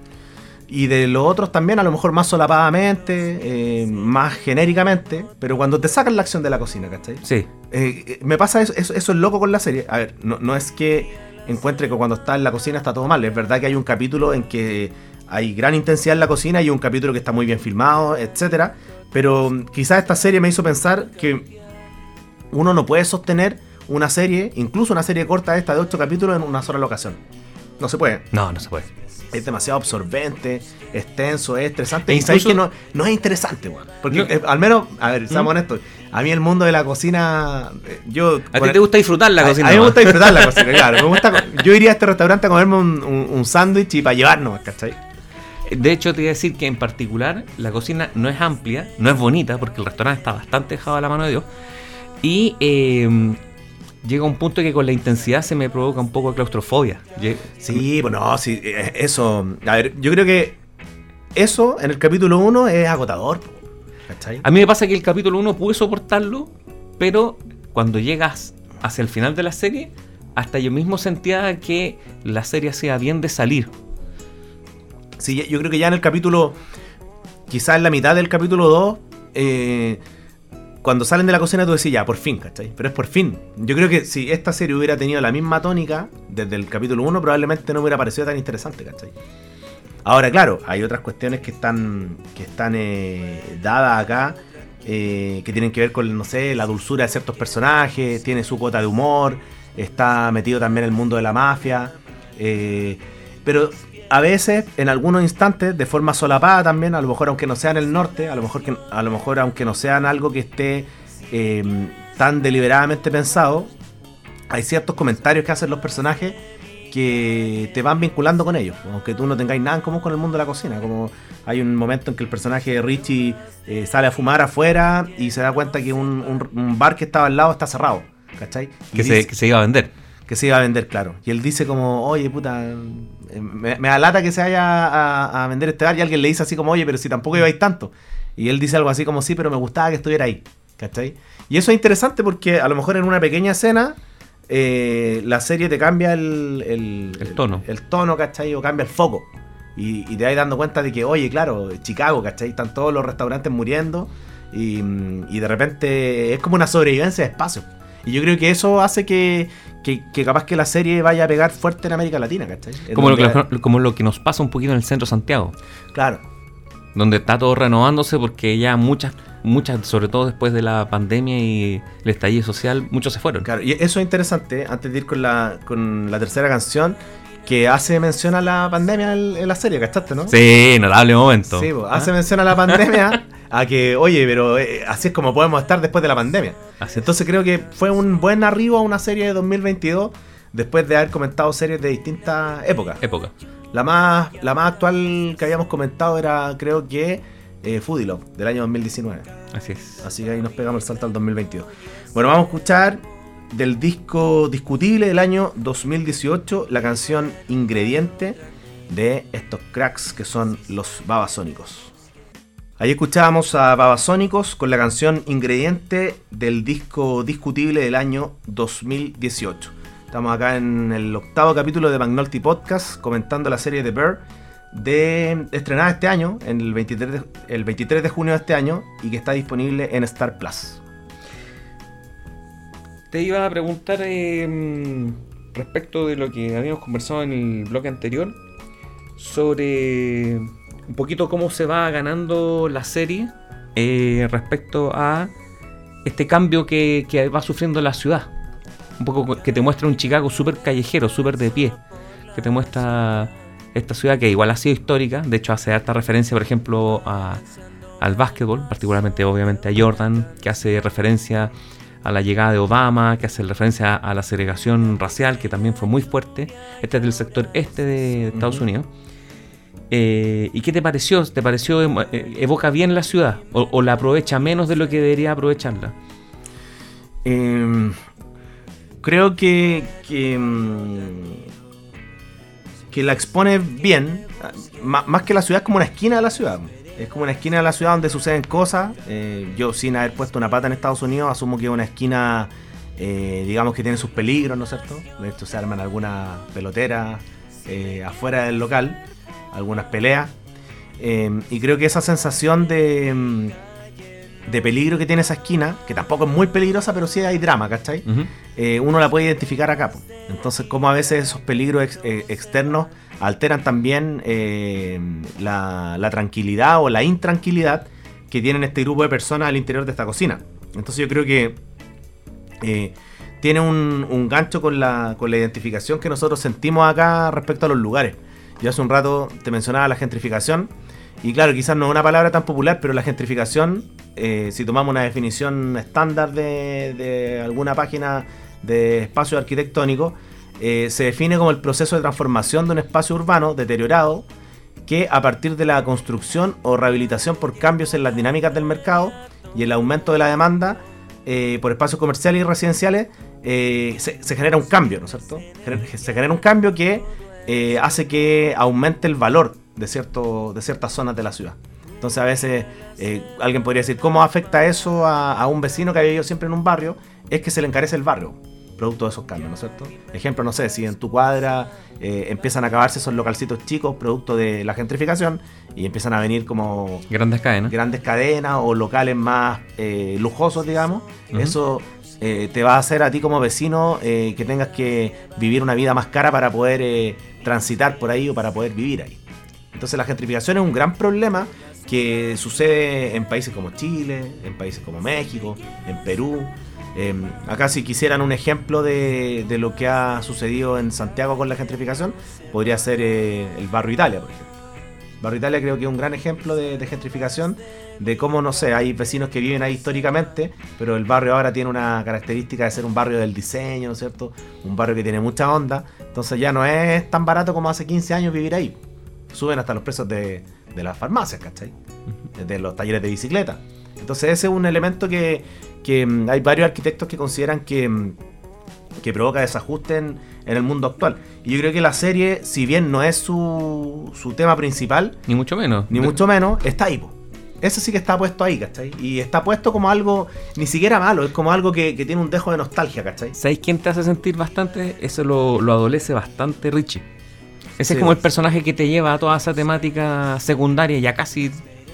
Y de los otros también, a lo mejor más solapadamente, eh, más genéricamente, pero cuando te sacan la acción de la cocina, ¿cachai? Sí. Eh, me pasa eso, eso, eso es loco con la serie. A ver, no, no es que encuentre que cuando está en la cocina está todo mal. Es verdad que hay un capítulo en que hay gran intensidad en la cocina y un capítulo que está muy bien filmado, etcétera. Pero quizás esta serie me hizo pensar que uno no puede sostener una serie, incluso una serie corta esta de ocho capítulos en una sola locación. No se puede. No, no se puede. Es demasiado absorbente, es tenso, es estresante. E y sabéis que no, no es interesante, weón. Porque no. eh, al menos, a ver, seamos ¿Mm? honestos, a mí el mundo de la cocina, eh, yo... A ti te gusta disfrutar la a, cocina. A mí me gusta disfrutar la cocina, claro. Me gusta, yo iría a este restaurante a comerme un, un, un sándwich y para llevarnos, ¿cachai? De hecho, te iba a decir que en particular la cocina no es amplia, no es bonita, porque el restaurante está bastante dejado a la mano de Dios. Y... Eh, llega un punto que con la intensidad se me provoca un poco de claustrofobia. Sí, bueno, sí, eso. A ver, yo creo que eso en el capítulo uno es agotador, ¿cachai? A mí me pasa que el capítulo uno pude soportarlo, pero cuando llegas hacia el final de la serie, hasta yo mismo sentía que la serie hacía bien de salir. Sí, yo creo que ya en el capítulo, quizás en la mitad del capítulo dos, eh... cuando salen de la cocina tú decís, ya, por fin, ¿cachai? Pero es por fin. Yo creo que si esta serie hubiera tenido la misma tónica desde el capítulo uno, probablemente no hubiera parecido tan interesante, ¿cachai? Ahora, claro, hay otras cuestiones que están que están eh, dadas acá, eh, que tienen que ver con, no sé, la dulzura de ciertos personajes, tiene su cuota de humor, está metido también el mundo de la mafia, eh, pero... a veces, en algunos instantes, de forma solapada también, a lo mejor aunque no sea en el norte, a lo mejor que, a lo mejor aunque no sean algo que esté eh, tan deliberadamente pensado, hay ciertos comentarios que hacen los personajes que te van vinculando con ellos, aunque tú no tengáis nada en común con el mundo de la cocina. Como hay un momento en que el personaje de Richie eh, sale a fumar afuera y se da cuenta que un, un, un bar que estaba al lado está cerrado, ¿cachai? Y que, dice, se, que se iba a vender. Que se iba a vender, claro. Y él dice como, oye, puta, me, me da lata que se vaya a, a vender este bar. Y alguien le dice así como, oye, pero si tampoco ibais tanto. Y él dice algo así como, sí, pero me gustaba que estuviera ahí, ¿cachai? Y eso es interesante porque a lo mejor en una pequeña escena eh, la serie te cambia el, el, el tono, el, el tono, ¿cachai? O cambia el foco. Y, y te vas dando cuenta de que, oye, claro, Chicago, ¿cachai? Están todos los restaurantes muriendo y, y de repente es como una sobrevivencia de espacio. Y yo creo que eso hace que, que, que capaz que la serie vaya a pegar fuerte en América Latina, ¿cachai? Como lo, que, como lo que nos pasa un poquito en el centro de Santiago. Claro. Donde está todo renovándose porque ya muchas, muchas, sobre todo después de la pandemia y el estallido social, muchos se fueron. Claro, y eso es interesante, antes de ir con la, con la tercera canción, que hace mención a la pandemia en, en la serie, ¿cachaste, no? Sí, notable momento. Sí, pues, ¿ah? Hace mención a la pandemia, a que, oye, pero eh, así es como podemos estar después de la pandemia. Así Entonces creo que fue un buen arribo a una serie de dos mil veintidós, después de haber comentado series de distintas épocas. Época. La más, la más actual que habíamos comentado era, creo que, eh, Foodie Love, del año dos mil diecinueve. Así es. Así que ahí nos pegamos el salto al dos mil veintidós. Bueno, vamos a escuchar del disco discutible del año dos mil dieciocho la canción Ingrediente de estos cracks que son los Babasónicos. Ahí escuchábamos a Babasónicos con la canción Ingrediente del disco Discutible del año dos mil dieciocho. Estamos acá en el octavo capítulo de McNulty Podcast comentando la serie The Bear, de, estrenada este año, en el veintitrés, de, el veintitrés de junio de este año, y que está disponible en Star Plus. Te iba a preguntar eh, respecto de lo que habíamos conversado en el bloque anterior, sobre un poquito cómo se va ganando la serie eh, respecto a este cambio que, que va sufriendo la ciudad. Un poco que te muestra un Chicago súper callejero, súper de pie, que te muestra esta ciudad que igual ha sido histórica. De hecho hace harta referencia, por ejemplo, a, al básquetbol, particularmente obviamente a Jordan, que hace referencia a la llegada de Obama, que hace referencia a la segregación racial, que también fue muy fuerte. Este es del sector este de Estados uh-huh. Unidos. Eh, ¿Y qué te pareció? ¿Te pareció eh, evoca bien la ciudad? ¿O, o la aprovecha menos de lo que debería aprovecharla? Eh, creo que, que, que la expone bien. M- más que la ciudad, es como una esquina de la ciudad. Es como una esquina de la ciudad donde suceden cosas. Eh, yo, sin haber puesto una pata en Estados Unidos, asumo que es una esquina, eh, digamos, que tiene sus peligros, ¿no es cierto? De hecho, se arman algunas peloteras eh, afuera del local, algunas peleas, eh, y creo que esa sensación de, de peligro que tiene esa esquina, que tampoco es muy peligrosa, pero sí hay drama, ¿cachai? Uh-huh. Eh, uno la puede identificar acá, po. Entonces, como a veces esos peligros ex, eh, externos alteran también eh, la, la tranquilidad o la intranquilidad que tienen este grupo de personas al interior de esta cocina. Entonces yo creo que eh, tiene un, un gancho con la, con la identificación que nosotros sentimos acá respecto a los lugares. Yo hace un rato te mencionaba la gentrificación, y claro, quizás no es una palabra tan popular, pero la gentrificación, eh, si tomamos una definición estándar de, de alguna página de espacio arquitectónico, eh, se define como el proceso de transformación de un espacio urbano deteriorado que, a partir de la construcción o rehabilitación por cambios en las dinámicas del mercado y el aumento de la demanda eh, por espacios comerciales y residenciales, eh, se, se genera un cambio, ¿no es cierto? Se genera un cambio que Eh, hace que aumente el valor de, cierto, de ciertas zonas de la ciudad. Entonces a veces eh, alguien podría decir, ¿cómo afecta eso a, a un vecino que ha vivido siempre en un barrio? Es que se le encarece el barrio, producto de esos cambios, ¿no es cierto? Ejemplo, no sé, si en tu cuadra eh, empiezan a acabarse esos localcitos chicos producto de la gentrificación y empiezan a venir como grandes cadenas, grandes cadenas o locales más eh, lujosos, digamos, uh-huh. eso eh, te va a hacer a ti como vecino eh, que tengas que vivir una vida más cara para poder eh, transitar por ahí o para poder vivir ahí. Entonces la gentrificación es un gran problema que sucede en países como Chile, en países como México, en Perú. Eh, acá si quisieran un ejemplo de, de lo que ha sucedido en Santiago con la gentrificación, podría ser eh, el Barrio Italia, por ejemplo. Barrio Italia creo que es un gran ejemplo de, de gentrificación, de cómo, no sé, hay vecinos que viven ahí históricamente, pero el barrio ahora tiene una característica de ser un barrio del diseño, ¿no es cierto? Un barrio que tiene mucha onda, entonces ya no es tan barato como hace quince años vivir ahí. Suben hasta los precios de, de las farmacias, ¿cachai? De los talleres de bicicleta. Entonces ese es un elemento que, que hay varios arquitectos que consideran que, que provoca desajuste en, en el mundo actual. Y yo creo que la serie, si bien no es su, su tema principal, ni mucho menos, ni mucho menos, está ahí, po. Ese sí que está puesto ahí, ¿cachai? Y está puesto como algo ni siquiera malo, es como algo que, que tiene un dejo de nostalgia, ¿cachai? ¿Sabéis quién te hace sentir bastante? Eso lo, lo adolece bastante Richie. Ese sí, es como el personaje que te lleva a toda esa temática secundaria, ya casi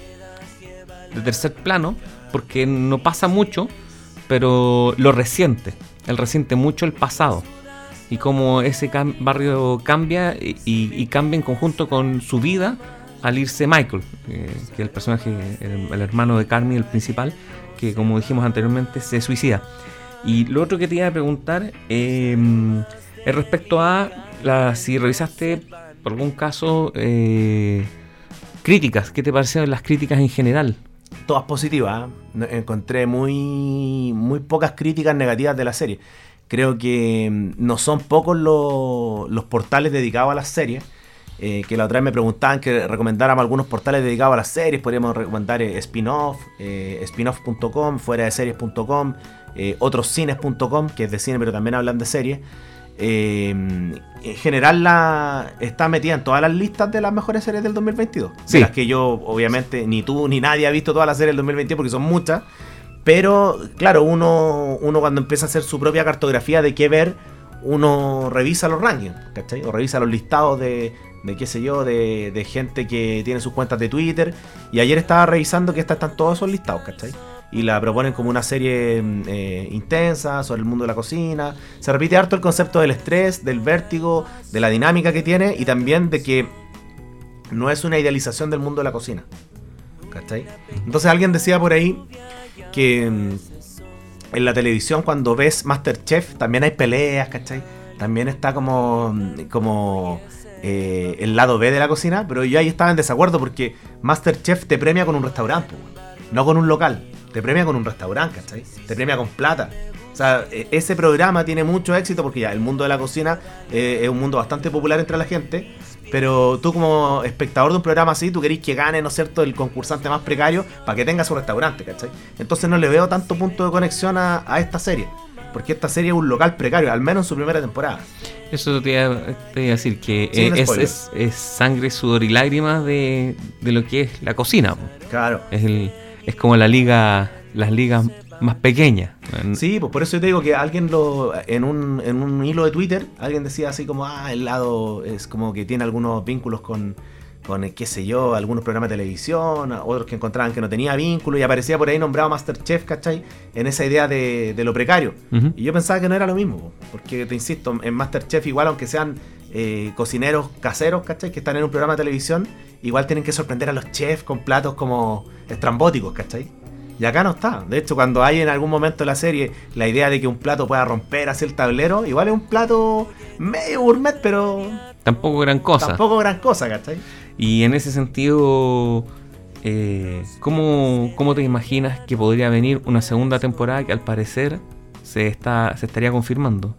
de tercer plano, porque no pasa mucho, pero lo resiente. Él resiente mucho el pasado. Y cómo ese cam- barrio cambia y, y, y cambia en conjunto con su vida al irse Michael, eh, que es el personaje, el, el hermano de Carmy, el principal, que como dijimos anteriormente se suicida. Y lo otro que te iba a preguntar eh, es respecto a la, si revisaste por algún caso eh, críticas. ¿Qué te parecieron las críticas en general? Todas positivas, ¿eh? Encontré muy, muy pocas críticas negativas de la serie. Creo que no son pocos los, los portales dedicados a las series. Eh, que la otra vez me preguntaban que recomendáramos algunos portales dedicados a las series. Podríamos recomendar eh, Spinoff, eh, spinoff punto com, fuera de series punto com, eh, otroscines punto com, que es de cine pero también hablan de series. eh, en general la está metida en todas las listas de las mejores series del dos mil veintidós. Sí. De las que yo, obviamente, ni tú ni nadie ha visto todas las series del dos mil veintidós porque son muchas. Pero, claro, uno, uno cuando empieza a hacer su propia cartografía de qué ver, uno revisa los rankings, ¿cachai? O revisa los listados de, de qué sé yo, de, de gente que tiene sus cuentas de Twitter. Y ayer estaba revisando que están todos esos listados, ¿cachai? Y la proponen como una serie eh, intensa sobre el mundo de la cocina. Se repite harto el concepto del estrés, del vértigo, de la dinámica que tiene y también de que no es una idealización del mundo de la cocina, ¿cachai? Entonces alguien decía por ahí que en la televisión cuando ves MasterChef también hay peleas, ¿cachai? También está como, como eh, el lado B de la cocina, pero yo ahí estaba en desacuerdo porque MasterChef te premia con un restaurante, no con un local, te premia con un restaurante, ¿cachai? Te premia con plata. O sea, ese programa tiene mucho éxito porque ya el mundo de la cocina eh, es un mundo bastante popular entre la gente. Pero tú como espectador de un programa así, tú querés que gane, ¿no es cierto?, el concursante más precario para que tenga su restaurante, ¿cachai? Entonces no le veo tanto punto de conexión a, a esta serie. Porque esta serie es un local precario, al menos en su primera temporada. Eso te iba, te iba a decir, que sí, es, es, es sangre, sudor y lágrimas de, de lo que es la cocina. Claro. Es, el, es como la liga, las ligas más pequeñas. Sí, pues por eso yo te digo que alguien lo en un, en un hilo de Twitter, alguien decía así como, ah, el lado es como que tiene algunos vínculos con, con qué sé yo, algunos programas de televisión, otros que encontraban que no tenía vínculo y aparecía por ahí nombrado MasterChef, ¿cachai? En esa idea de, de lo precario. Uh-huh. Y yo pensaba que no era lo mismo, porque te insisto, en MasterChef igual aunque sean eh, cocineros caseros, ¿cachai? Que están en un programa de televisión, igual tienen que sorprender a los chefs con platos como estrambóticos, ¿cachai? Y acá no está. De hecho, cuando hay en algún momento de la serie la idea de que un plato pueda romper así el tablero, igual es un plato medio gourmet, pero tampoco gran cosa. Tampoco gran cosa, ¿cachai? Y en ese sentido, eh, ¿cómo, ¿cómo te imaginas que podría venir una segunda temporada que al parecer se está se estaría confirmando?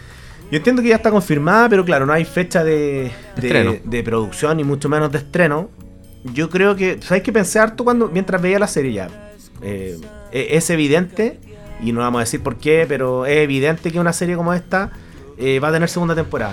Yo entiendo que ya está confirmada, pero claro, no hay fecha de, de, de producción, ni mucho menos de estreno. Yo creo que, ¿sabes qué pensé harto cuando mientras veía la serie ya? Eh, es evidente, y no vamos a decir por qué, pero es evidente que una serie como esta eh, va a tener segunda temporada.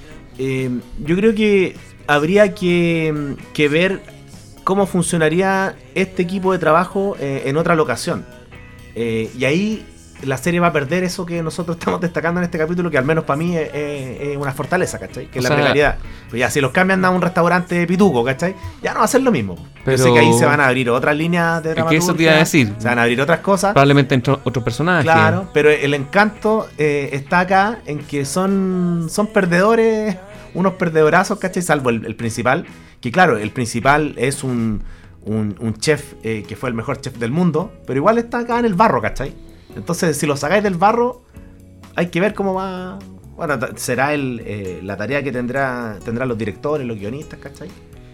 Eh, yo creo que habría que, que ver cómo funcionaría este equipo de trabajo eh, en otra locación. Eh, y ahí la serie va a perder eso que nosotros estamos destacando en este capítulo, que al menos para mí es, es, es una fortaleza, ¿cachai? Que es o la sea, precariedad. Pues ya, si los cambian a un restaurante pituco, ¿cachai? Ya no va a ser lo mismo. Pero yo sé que ahí se van a abrir otras líneas de dramaturgia. Es que eso te iba a decir. Se van a abrir otras cosas. Probablemente entre otros personajes. Claro, pero el encanto eh, está acá en que son, son perdedores, unos perdedorazos, ¿cachai? Salvo el, el principal, que claro, el principal es un, un, un chef eh, que fue el mejor chef del mundo, pero igual está acá en el barro, ¿cachai? Entonces, si lo sacáis del barro, hay que ver cómo va. Bueno, t- será el, eh, la tarea que tendrá tendrán los directores, los guionistas, ¿cachai?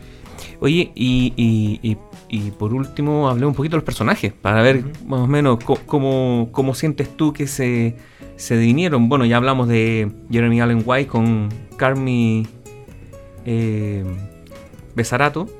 Oye, y, y, y, y por último, hablé un poquito de los personajes, para ver uh-huh. más o menos co- cómo, cómo sientes tú que se, se vinieron. Bueno, ya hablamos de Jeremy Allen White con Carmy eh, Bessarato.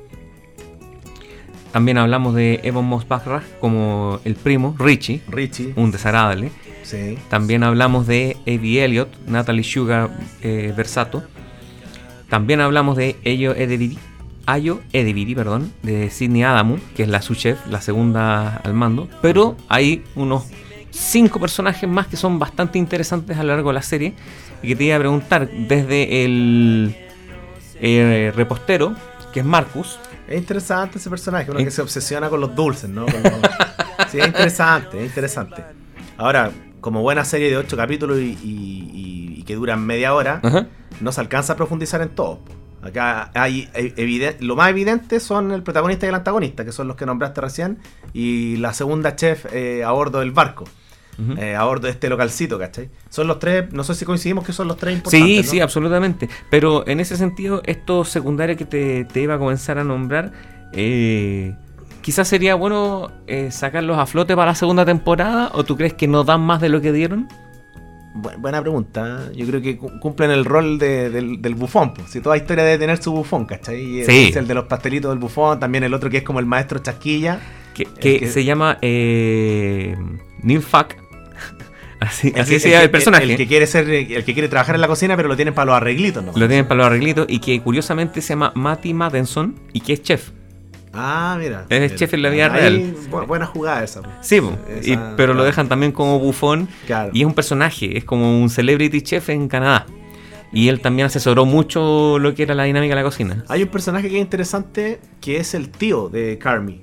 También hablamos de Ebon Moss-Bachrach como el primo, Richie, Richie. un desagradable. Sí. También hablamos de Eddie Elliott, Natalie Sugar eh, Versato. También hablamos de Ayo Edebiri, Ayo Edebiri, perdón, de Sydney Adamu, que es la sous-chef, la segunda al mando. Pero hay unos cinco personajes más que son bastante interesantes a lo largo de la serie y que te iba a preguntar, desde el eh, repostero, que es Marcus. Es interesante ese personaje, uno ¿Eh? que se obsesiona con los dulces, ¿no? Con los... Sí, es interesante, es interesante. Ahora, como buena serie de ocho capítulos y, y, y que duran media hora, uh-huh. no se alcanza a profundizar en todo. Acá hay evidente, lo más evidente son el protagonista y el antagonista, que son los que nombraste recién, y la segunda chef eh, a bordo del barco. Uh-huh. Eh, a bordo de este localcito, ¿cachai? Son los tres, no sé si coincidimos que son los tres importantes. Sí, ¿no? sí, absolutamente. Pero en ese sentido, estos secundarios que te, te iba a comenzar a nombrar, eh, quizás sería bueno eh, sacarlos a flote para la segunda temporada, ¿o tú crees que no dan más de lo que dieron? Bu- buena pregunta. Yo creo que cu- cumplen el rol de, del, del bufón. Pues. Si toda historia debe tener su bufón, ¿cachai? Y sí. Es el de los pastelitos del bufón, también el otro que es como el maestro Chasquilla. Que, que, que se llama eh, Neil Fuck. Así, El así que- se llama el el que- personaje. El que quiere ser, el que quiere trabajar en la cocina, pero lo tienen para los arreglitos, ¿no? Lo tienen para los arreglitos y que curiosamente se llama Matty Matheson y que es chef. Ah, mira. Es Mira. chef en la vida Ahí, real. bu- buena jugada esa. pues. Sí, po, Esa- y- pero lo claro. dejan también como bufón. Claro. Y es un personaje, es como un celebrity chef en Canadá. Y él también asesoró mucho lo que era la dinámica de la cocina. Hay un personaje que es interesante, que es el tío de Carmy.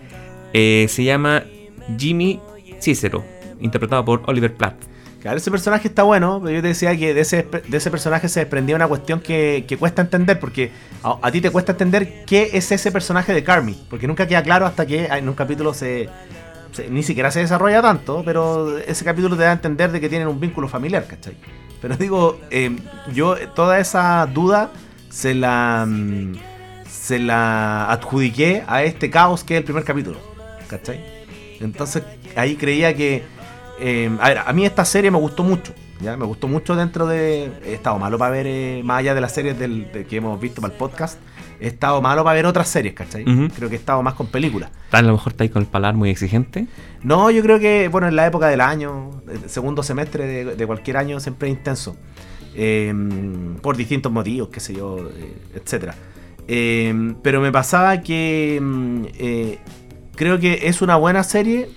Eh, se llama Jimmy Cicero, interpretado por Oliver Platt. Claro, ese personaje está bueno, pero yo te decía que de ese, de ese personaje se desprendía una cuestión que, que cuesta entender, porque a, a ti te cuesta entender qué es ese personaje de Carmy, porque nunca queda claro hasta que en un capítulo se, se- ni siquiera se desarrolla tanto, pero ese capítulo te da a entender de que tienen un vínculo familiar, ¿cachai? Pero digo, eh, yo toda esa duda se la, mm, se la adjudiqué a este caos que es el primer capítulo, ¿cachai? Entonces ahí creía que... Eh, a ver, a mí esta serie me gustó mucho. ¿Ya? Me gustó mucho dentro de... He estado malo para ver, eh, más allá de las series del, de que hemos visto para el podcast, he estado malo para ver otras series, ¿cachai? Ujú. Creo que he estado más con películas. A lo mejor está ahí con el paladar muy exigente. No, yo creo que, bueno, en la época del año, el segundo semestre de, de cualquier año siempre es intenso. Eh, por distintos motivos, qué sé yo, eh, etcétera. Eh, pero me pasaba que mm, eh, creo que es una buena serie,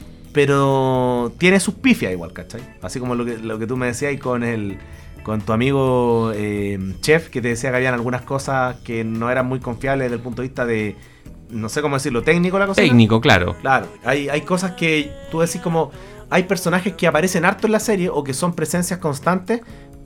pero tiene sus pifias igual, ¿cachai? Así como lo que, lo que tú me decías y con el con tu amigo eh, Chef, que te decía que habían algunas cosas que no eran muy confiables desde el punto de vista de, no sé cómo decirlo, técnico la cosa. Técnico, claro. Claro, hay, hay cosas que tú decís como... Hay personajes que aparecen harto en la serie o que son presencias constantes,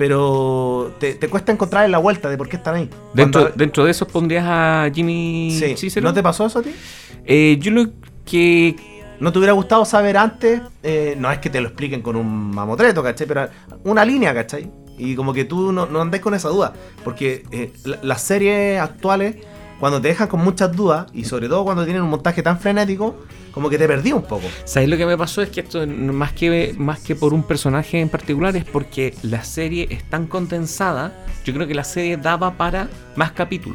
pero te, te cuesta encontrar la vuelta de por qué están ahí. Dentro, Cuando- dentro de eso pondrías a Jimmy Sí. Cicero. ¿No te pasó eso a ti? Eh, yo lo que... ¿No te hubiera gustado saber antes? Eh, no es que te lo expliquen con un mamotreto, ¿cachai? Pero una línea, ¿cachai? Y como que tú no, no andes con esa duda. Porque eh, la- las series actuales, cuando te dejan con muchas dudas, y sobre todo cuando tienen un montaje tan frenético, como que te perdí un poco. ¿Sabes lo que me pasó? Es que esto, no- más que, más que por un personaje en particular, es porque la serie es tan condensada. Yo creo que la serie daba para más capítulos.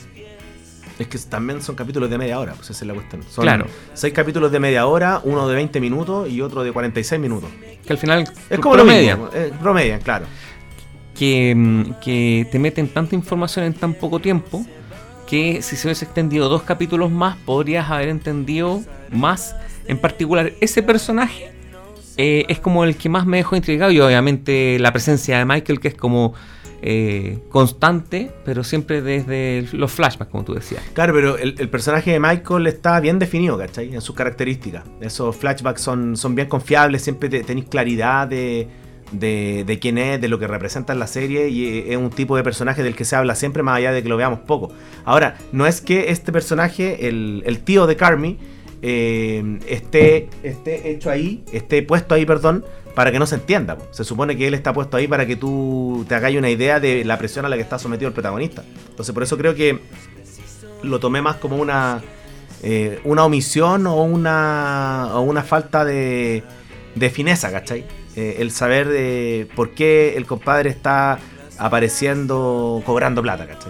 Es que también son capítulos de media hora, pues esa es la cuestión. Son Claro. seis capítulos de media hora, uno de veinte minutos y otro de cuarenta y seis minutos. Que al final Es como promedia. lo mismo, eh, promedian, claro. que, mm, que te meten tanta información en tan poco tiempo que si se hubiese extendido dos capítulos más podrías haber entendido más. En particular ese personaje eh, es como el que más me dejó intrigado, y obviamente la presencia de Michael, que es como eh, constante, pero siempre desde los flashbacks, como tú decías. Claro, pero el, el personaje de Michael está bien definido, ¿cachai? En sus características. Esos flashbacks son, son bien confiables, siempre te- tenéis claridad de, de, de quién es, de lo que representa en la serie, y es un tipo de personaje del que se habla siempre, más allá de que lo veamos poco. Ahora, no es que este personaje, el, el tío de Carmy, eh, esté, esté hecho ahí, esté puesto ahí, perdón, para que no se entienda. Se supone que él está puesto ahí para que tú te hagas una idea de la presión a la que está sometido el protagonista. Entonces por eso creo que lo tomé más como una eh, una omisión o una o una falta de, de fineza, ¿cachai? Eh, el saber de por qué el compadre está apareciendo cobrando plata, ¿cachai?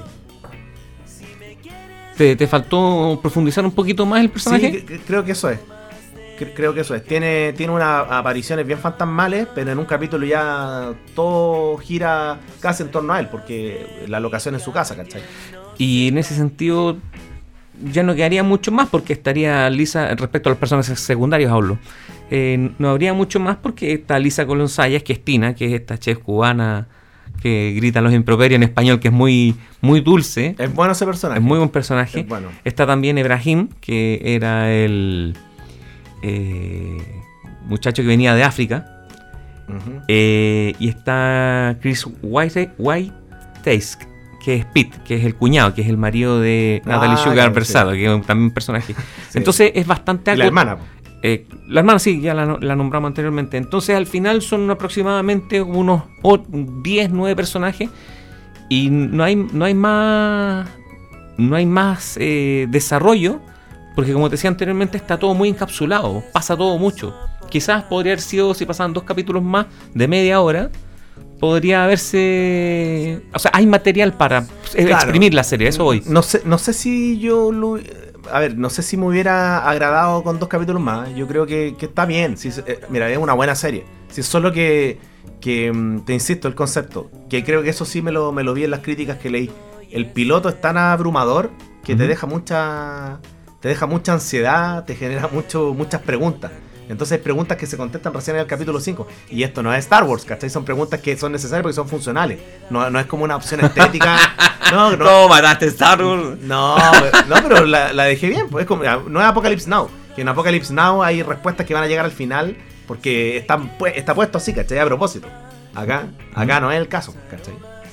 ¿Te, te faltó profundizar un poquito más el personaje? Sí, cre- creo que eso es. Cre- Creo que eso es. Tiene, tiene unas apariciones bien fantasmales, pero en un capítulo ya todo gira casi en torno a él, porque la locación es su casa, ¿cachai? Y en ese sentido ya no quedaría mucho más, porque estaría Lisa, respecto a los personajes secundarios hablo, eh, no habría mucho más porque está Lisa Colonsayas, que es Tina, que es esta chef cubana que grita los improperios en español, que es muy, muy dulce. Es bueno ese personaje. Es muy buen personaje. Es bueno. Está también Ebrahim, que era el eh, muchacho que venía de África. Ujú. Eh, y está Chris White, Whiteace, que es Pete, que es el cuñado, que es el marido de Ah, Natalie Sugar claro, Versado, sí. que es también un personaje. Sí. Entonces es bastante Y la acot- hermana, po. Eh, la hermana sí, ya la, la nombramos anteriormente. Entonces al final son aproximadamente unos diez, nueve personajes. Y no hay, no hay más. No hay más eh, desarrollo. Porque como te decía anteriormente, está todo muy encapsulado. Pasa todo mucho. Quizás podría haber sido, si pasaban dos capítulos más de media hora, podría haberse. O sea, hay material para eh, Claro. exprimir la serie, eso voy. No sé, no sé si yo lo... A ver, no sé si me hubiera agradado con dos capítulos más. Yo creo que, que está bien. Sí, eh, mira, es una buena serie. Si es solo que, que te insisto, el concepto, que creo que eso sí me lo, me lo vi en las críticas que leí. El piloto es tan abrumador que uh-huh. te deja mucha te deja mucha ansiedad, te genera mucho, muchas preguntas. Entonces hay preguntas que se contestan recién en el capítulo cinco. Y esto no es Star Wars, ¿cachai? Son preguntas que son necesarias porque son funcionales. No, no es como una opción estética. No, no. ¿Cómo mataste Star Wars? No, no, pero la, la dejé bien. Pues es como, no es Apocalypse Now. Que en Apocalypse Now hay respuestas que van a llegar al final porque están, está puesto así, ¿cachai? A propósito. Acá, acá no es el caso, ¿cachai?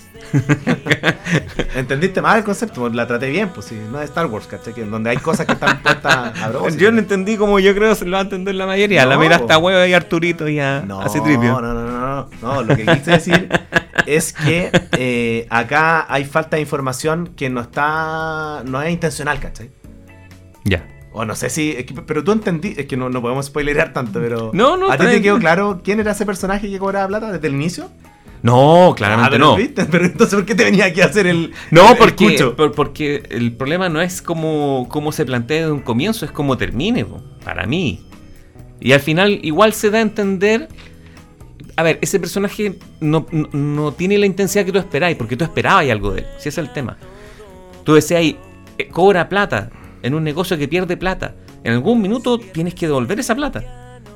¿Entendiste mal el concepto? La traté bien, pues si no es Star Wars, ¿cachai? Que donde hay cosas que están puestas a propósito. Yo no entendí como yo creo que lo va a entender la mayoría. No, la mira hasta huevo y Arturito y a no, Citripio. No, no, no, no, no. Lo que quise decir es que eh, acá hay falta de información que no está, no es intencional, ¿cachai? Ya. O no sé si, es que, pero tú entendí, es que no, no podemos spoilerear tanto, pero no, no, ¿a ti te quedó claro quién era ese personaje que cobraba plata desde el inicio? No, claramente ah, pero no. ¿viste? Pero entonces, ¿por qué te venía aquí a hacer el No, el porque, escucho? por, porque el problema no es cómo, cómo se plantea desde un comienzo, es cómo termine, po, para mí. Y al final igual se da a entender... A ver, ese personaje no, no, no tiene la intensidad que tú esperáis, porque tú esperabas algo de él, si ese es el tema. Tú decías, eh, cobra plata en un negocio que pierde plata. En algún minuto tienes que devolver esa plata.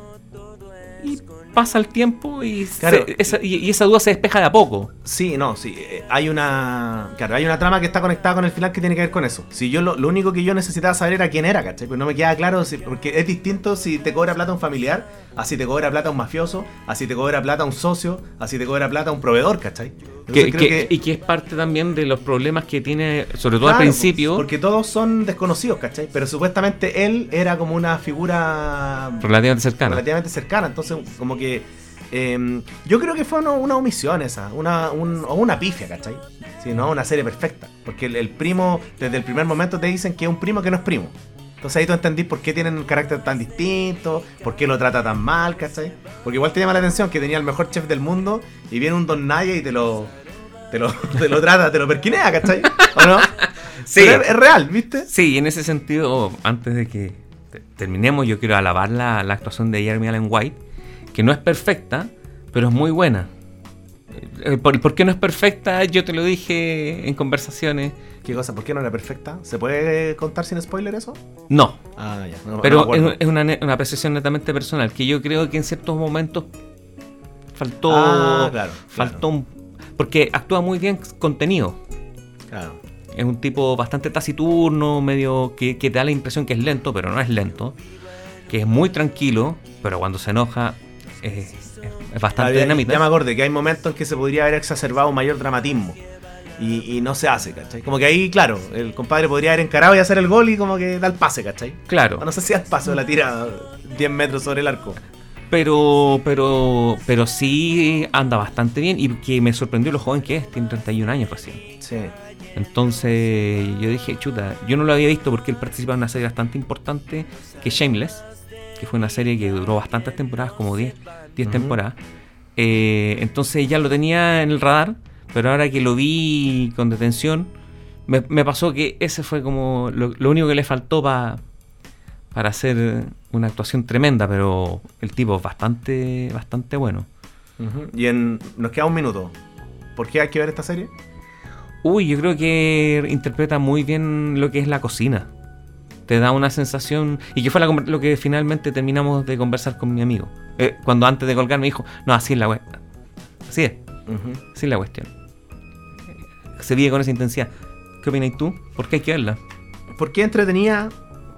Y pasa el tiempo y, claro, se, esa, y, y esa duda se despeja de a poco. Sí, no, sí. Hay una. Claro, hay una trama que está conectada con el final que tiene que ver con eso. Si yo lo, lo único que yo necesitaba saber era quién era, ¿cachai? Pues no me queda claro, si, porque es distinto si te cobra plata un familiar, así te cobra plata un mafioso, así te cobra plata un socio, así te cobra plata un proveedor, ¿cachai? Que, que, que, y que es parte también de los problemas que tiene, sobre todo claro, al principio. Porque todos son desconocidos, ¿cachai? Pero supuestamente él era como una figura relativamente cercana. Relativamente cercana, entonces como que eh, yo creo que fue una, una omisión esa, una, un, o una pifia, ¿cachai? Si no, una serie perfecta. Porque el, el primo, desde el primer momento te dicen que es un primo que no es primo. Entonces ahí tú entendís por qué tienen un carácter tan distinto, por qué lo trata tan mal, ¿cachai? Porque igual te llama la atención que tenía el mejor chef del mundo y viene un don nadie y te lo te lo, te lo trata, te lo perquinea, ¿cachai? ¿O no? Sí. Pero es, es real, ¿viste? Sí, en ese sentido, antes de que te, terminemos, yo quiero alabar la, la actuación de Jeremy Allen White, que no es perfecta, pero es muy buena. ¿Por, ¿Por qué no es perfecta? Yo te lo dije en conversaciones. ¿Qué cosa? ¿Por qué no era perfecta? ¿Se puede contar sin spoiler eso? No. Ah, ya. No, pero no es, es una, una apreciación netamente personal, que yo creo que en ciertos momentos faltó... Ah, claro. Faltó claro. un... Porque actúa muy bien contenido. Claro. Es un tipo bastante taciturno, medio que, que te da la impresión que es lento, pero no es lento. Que es muy tranquilo, pero cuando se enoja es, es, es bastante claro, dinamita. Ya me acordé que hay momentos en que se podría haber exacerbado un mayor dramatismo. Y, y no se hace, ¿cachai? Como que ahí, claro, el compadre podría haber encarado y hacer el gol y como que da el pase, ¿cachai? Claro. O no sé si da el pase o la tira diez metros sobre el arco. Pero, pero, pero sí anda bastante bien y que me sorprendió lo joven que es, tiene treinta y un años recién. Sí. Entonces yo dije, chuta, yo no lo había visto porque él participa en una serie bastante importante que es Shameless, que fue una serie que duró bastantes temporadas, como diez uh-huh. temporadas. Eh, entonces ya lo tenía en el radar, pero ahora que lo vi con detención, me, me pasó que ese fue como lo, lo único que le faltó pa, para hacer una actuación tremenda, pero el tipo es bastante, bastante bueno. Uh-huh. Y en, nos queda un minuto. ¿Por qué hay que ver esta serie? Uy, yo creo que interpreta muy bien lo que es la cocina. Te da una sensación... Y que fue la, lo que finalmente terminamos de conversar con mi amigo. Eh, cuando antes de colgar me dijo, no, así es la cuestión. Así es. Uh-huh. Así es la cuestión. Se vive con esa intensidad. ¿Qué opinas tú? ¿Por qué hay que verla? Porque entretenida,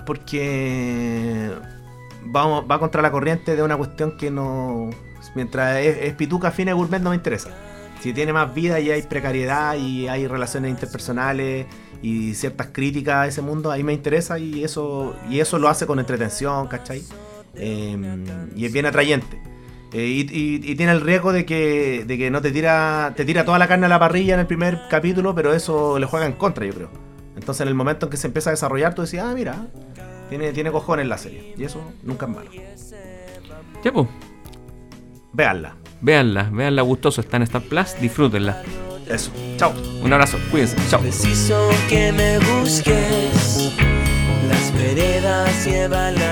porque va, va contra la corriente de una cuestión que no... Mientras es, es pituca, fina y gourmet no me interesa. Si tiene más vida y hay precariedad y hay relaciones interpersonales y ciertas críticas a ese mundo, ahí me interesa y eso y eso lo hace con entretención, ¿cachai? Eh, y es bien atrayente. Eh, y, y, y tiene el riesgo de que, de que no te tira te tira toda la carne a la parrilla en el primer capítulo, pero eso le juega en contra, yo creo. Entonces en el momento en que se empieza a desarrollar, tú decís, ah, mira, tiene, tiene cojones la serie. Y eso nunca es malo. Ya, pues. Véanla. Véanla, véanla gustoso, está en Star Plus, disfrútenla. Eso, chao. Un abrazo, cuídense, chao. Preciso que me busques, las veredas llevan la